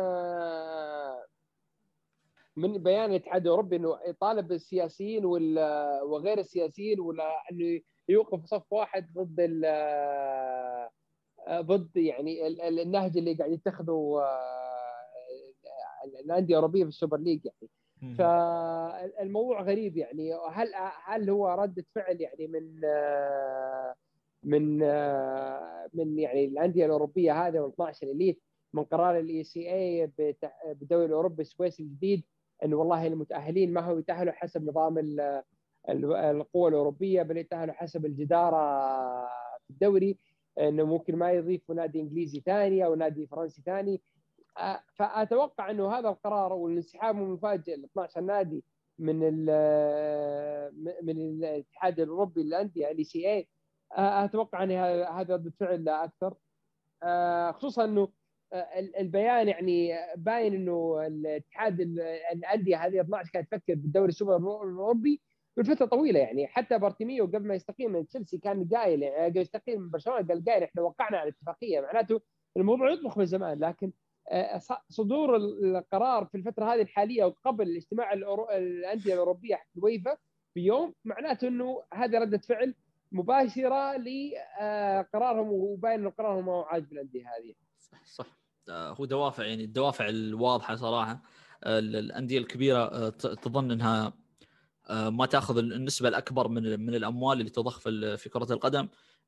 من بيان الاتحاد الاوروبي انه يطالب السياسيين وغير السياسيين ولا انه يوقف صف واحد ضد يعني النهج اللي قاعد يتخذه الانديه الاوروبيه في السوبر ليج يعني. فالموضوع غريب يعني. هل هو ردة فعل يعني من يعني الأندية الأوروبية هذه 12 إليت من قرار الإي سي اي بالدوري الأوروبي سويس الجديد انه والله المتأهلين ما هو يتأهلوا حسب نظام القوى الأوروبية بل يتأهلوا حسب الجدارة في الدوري، انه ممكن ما يضيفوا نادي انجليزي ثاني او نادي فرنسي ثاني. فاتوقع انه هذا القرار والانسحاب المفاجئ ل 12 نادي من الاتحاد الاوروبي للانديه الاي سي اي، اتوقع ان هذا رده فعل لا اكثر. خصوصا انه البيان يعني باين انه الاتحاد الانديه هذه 12 كانت تفكر بالدوري السوبر الاوروبي من فتره طويله يعني. حتى بارتيميو قبل ما يستقيل من تشيلسي كان قايل يعني قبل يستقيل من برشلونه قال احنا وقعنا على اتفاقيه، معناته الموضوع يطبخ من زمان. لكن صدور القرار في الفتره هذه الحاليه وقبل اجتماع الانديه الاوروبيه حق الويفا بيوم، معناته انه هذه رده فعل مباشره لقرارهم، وباين انه قرارهم ما هو عاجب الانديه هذه. صح. هو دوافع يعني الدوافع الواضحه صراحه. الانديه الكبيره تظن انها ما تاخذ النسبه الاكبر من الاموال اللي تضخ في كره القدم،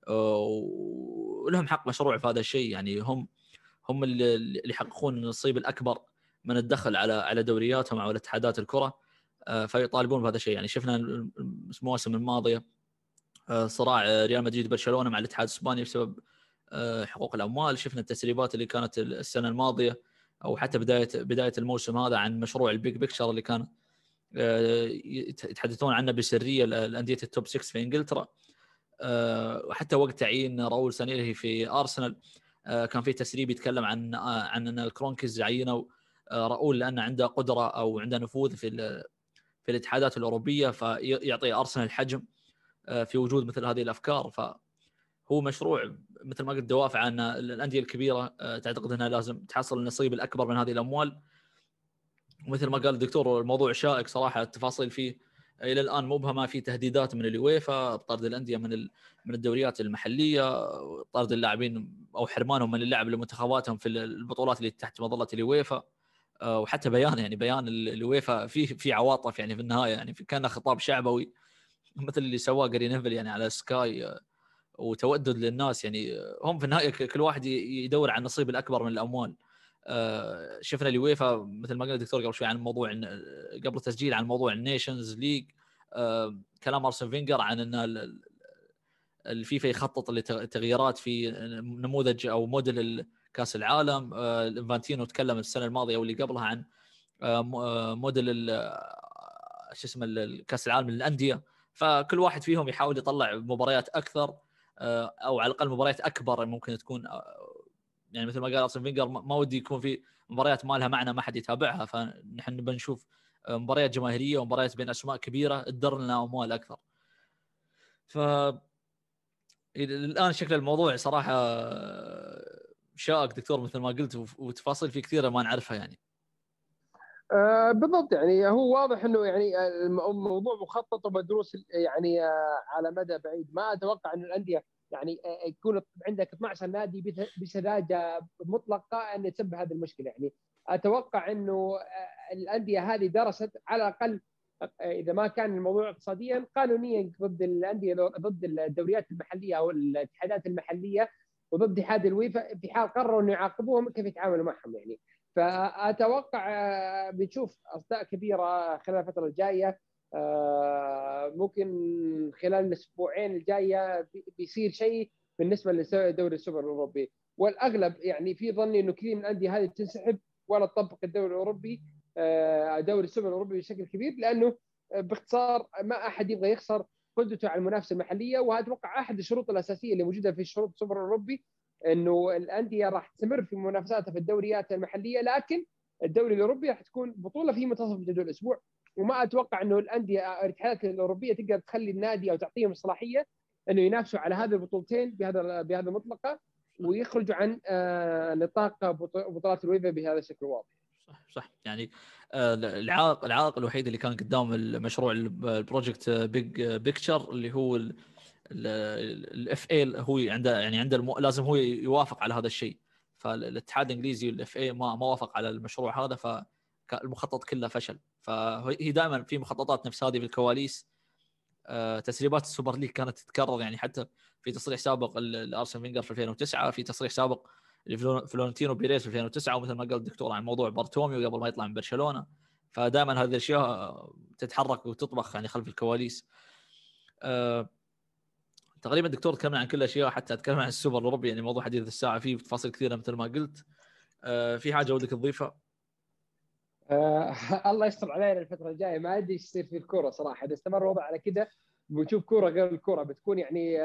ولهم حق مشروع في هذا الشيء يعني. هم اللي يحققون النصيب الاكبر من الدخل على دورياتهم او اتحادات الكره، فيطالبون بهذا الشيء يعني. شفنا المواسم الماضيه صراع ريال مدريد برشلونه مع الاتحاد الاسباني بسبب حقوق الاموال. شفنا التسريبات اللي كانت السنه الماضيه او حتى بدايه الموسم هذا عن مشروع البيج بيكتشر اللي كان يتحدثون عنه بسريه الانديه التوب 6 في انجلترا. وحتى وقت تعيين راؤول سانيلهي في ارسنال كان في تسريب يتكلم عن ان الكرونكيز عينوا راؤول لان عنده قدره او عنده نفوذ في الاتحادات الاوروبيه، فيعطي ارسنال حجم في وجود مثل هذه الافكار. فهو مشروع مثل ما قلت دوافع ان الانديه الكبيره تعتقد انها لازم تحصل النصيب الاكبر من هذه الاموال. ومثل ما قال الدكتور الموضوع شائك صراحه، التفاصيل فيه الى الان مبهمه. في تهديدات من اليويفا بطرد الانديه من الدوريات المحليه، طرد اللاعبين او حرمانهم من اللعب لمنتخباتهم في البطولات اللي تحت مظله اليويفا. وحتى بيان اليويفا في عواطف يعني في النهايه، يعني كان خطاب شعبوي مثل اللي سواه جاري نيفل يعني على سكاي، وتودد للناس يعني. هم في النهايه كل واحد يدور على النصيب الاكبر من الاموال. شفنا اليويفا مثل ما قال الدكتور قبل شوي عن موضوع قبل التسجيل عن موضوع النيشنز ليج، كلام ارسن فينجر عن ان الفيفا يخطط لتغييرات في نموذج او موديل كاس العالم. الانفانتينو تكلم السنه الماضيه واللي قبلها عن موديل شو اسمه الكاس العالم للانديه. فكل واحد فيهم يحاول يطلع مباريات اكثر او على الاقل مباريات اكبر ممكن تكون يعني مثل ما قال ارسن فينجر ما ودي يكون في مباريات ما لها معنى ما حد يتابعها، فنحن بنشوف مباريات جماهيريه ومباريات بين اسماء كبيره تدر لنا اموال اكثر. ف الان شكل الموضوع صراحه شائك دكتور مثل ما قلت، وتفاصيل فيه كثيره ما نعرفها يعني. بالضبط يعني هو واضح انه يعني الموضوع مخطط ومدروس يعني على مدى بعيد. ما اتوقع ان الانديه يعني يكون عندك 12 نادي بسذاجه مطلقه ان تسبب هذه المشكله يعني. اتوقع انه الانديه هذه درست على الاقل اذا ما كان الموضوع اقتصاديا قانونيا ضد الانديه ضد الدوريات المحليه او الاتحادات المحليه وضد اتحاد الويفا في حال قرروا انه يعاقبوهم كيف يتعاملوا معهم يعني. فأتوقع بنشوف أصداء كبيرة خلال الفترة الجاية. ممكن خلال الأسبوعين الجاية بيصير شيء بالنسبة لدوري السوبر الأوروبي. والأغلب يعني في ظني إنه كثير من الأندية هذه تنسحب ولا تطبق الدوري الأوروبي دوري السوبر الأوروبي بشكل كبير، لأنه باختصار ما أحد يبغى يخسر قدرته على المنافسة المحلية. وأتوقع أحد الشروط الأساسية اللي موجودة في شروط السوبر الأوروبي انه الانديه راح تستمر في منافساتها في الدوريات المحليه، لكن الدوري الاوروبي راح تكون بطوله في منتصف جدول الاسبوع. وما اتوقع انه الانديه الاتحادات الاوروبيه تقدر تخلي النادي او تعطيهم الصلاحيه انه ينافسوا على هذه البطولتين بهذا المطلقه ويخرجوا عن نطاق بطولات الويفا بهذا الشكل واضح. صح يعني العائق الوحيد اللي كان قدام المشروع البروجكت بيج بيكتشر اللي هو الاف اي، هو عنده لازم هو يوافق على هذا الشيء. فالاتحاد الانجليزي والاف اي ما وافق على المشروع هذا، المخطط كله فشل. فهي دائما في مخططات نفس هذه في الكواليس. تسريبات السوبر ليج كانت تتكرر، يعني حتى في تصريح سابق لارسن فينجر في 2009، في تصريح سابق لفلورنتينو بيريز في 2009، ومثل ما قال الدكتور عن موضوع بارتوميو قبل ما يطلع من برشلونة. فدائما هذه الاشياء تتحرك وتطبخ يعني خلف الكواليس. تقريبا دكتور تكلمنا عن كل الاشياء، حتى تكلمنا عن السوبر الاوروبي، يعني موضوع حديث الساعه فيه تفاصيل كثيره مثل ما قلت. في حاجه ودك تضيفها؟ الله يستر علينا الفتره الجايه، ما ادري ايش يصير في الكوره صراحه. اذا استمر الوضع على كذا بنشوف كوره غير الكوره، بتكون يعني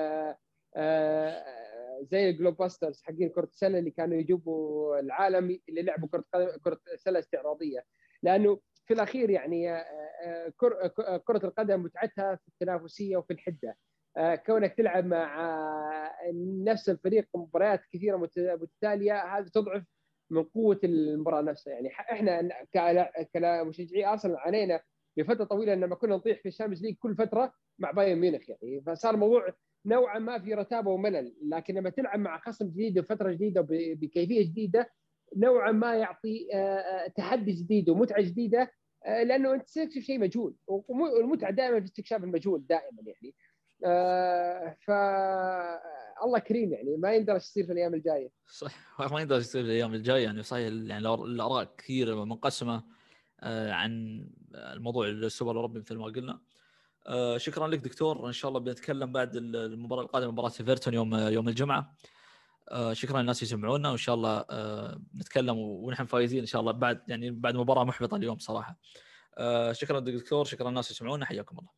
زي الجلوب باسترز حقين كره السله اللي كانوا يجيبوا العالم اللي لعبوا كره سله استعراضيه. لانه في الاخير يعني كره القدم متعتها في التنافسيه وفي الحده. كونك تلعب مع نفس الفريق مباريات كثيره متتاليه، هذا تضعف من قوه المباراه نفسها. يعني احنا كمشجعي ارسنال عانينا لفتره طويله لما كنا نطيح في الشامبيونز ليج كل فتره مع بايرن ميونخ، يعني فصار الموضوع نوعا ما في رتابه وملل. لكن لما تلعب مع خصم جديد وفتره جديده بكيفيه جديده، نوعا ما يعطي تحدي جديد ومتعه جديده، لانه انت تستكشف شيء مجهول، والمتعه دائما في استكشاف المجهول دائما يعني. ف الله كريم، يعني ما يندرى ايش يصير في الايام الجايه. صح، ما يقدر يصير في الايام الجايه، يعني صحيح يعني الاراء كثيره منقسمه عن الموضوع السوبر الاوروبي مثل ما قلنا. شكرا لك دكتور، ان شاء الله بنتكلم بعد المباراه القادمه، مباراه ايفرتون يوم الجمعه. شكرا للناس يسمعونا، وان شاء الله نتكلم ونحن فايزين ان شاء الله بعد مباراه محبطه اليوم صراحه. شكرا دكتور، شكرا للناس يسمعونا، حياكم الله.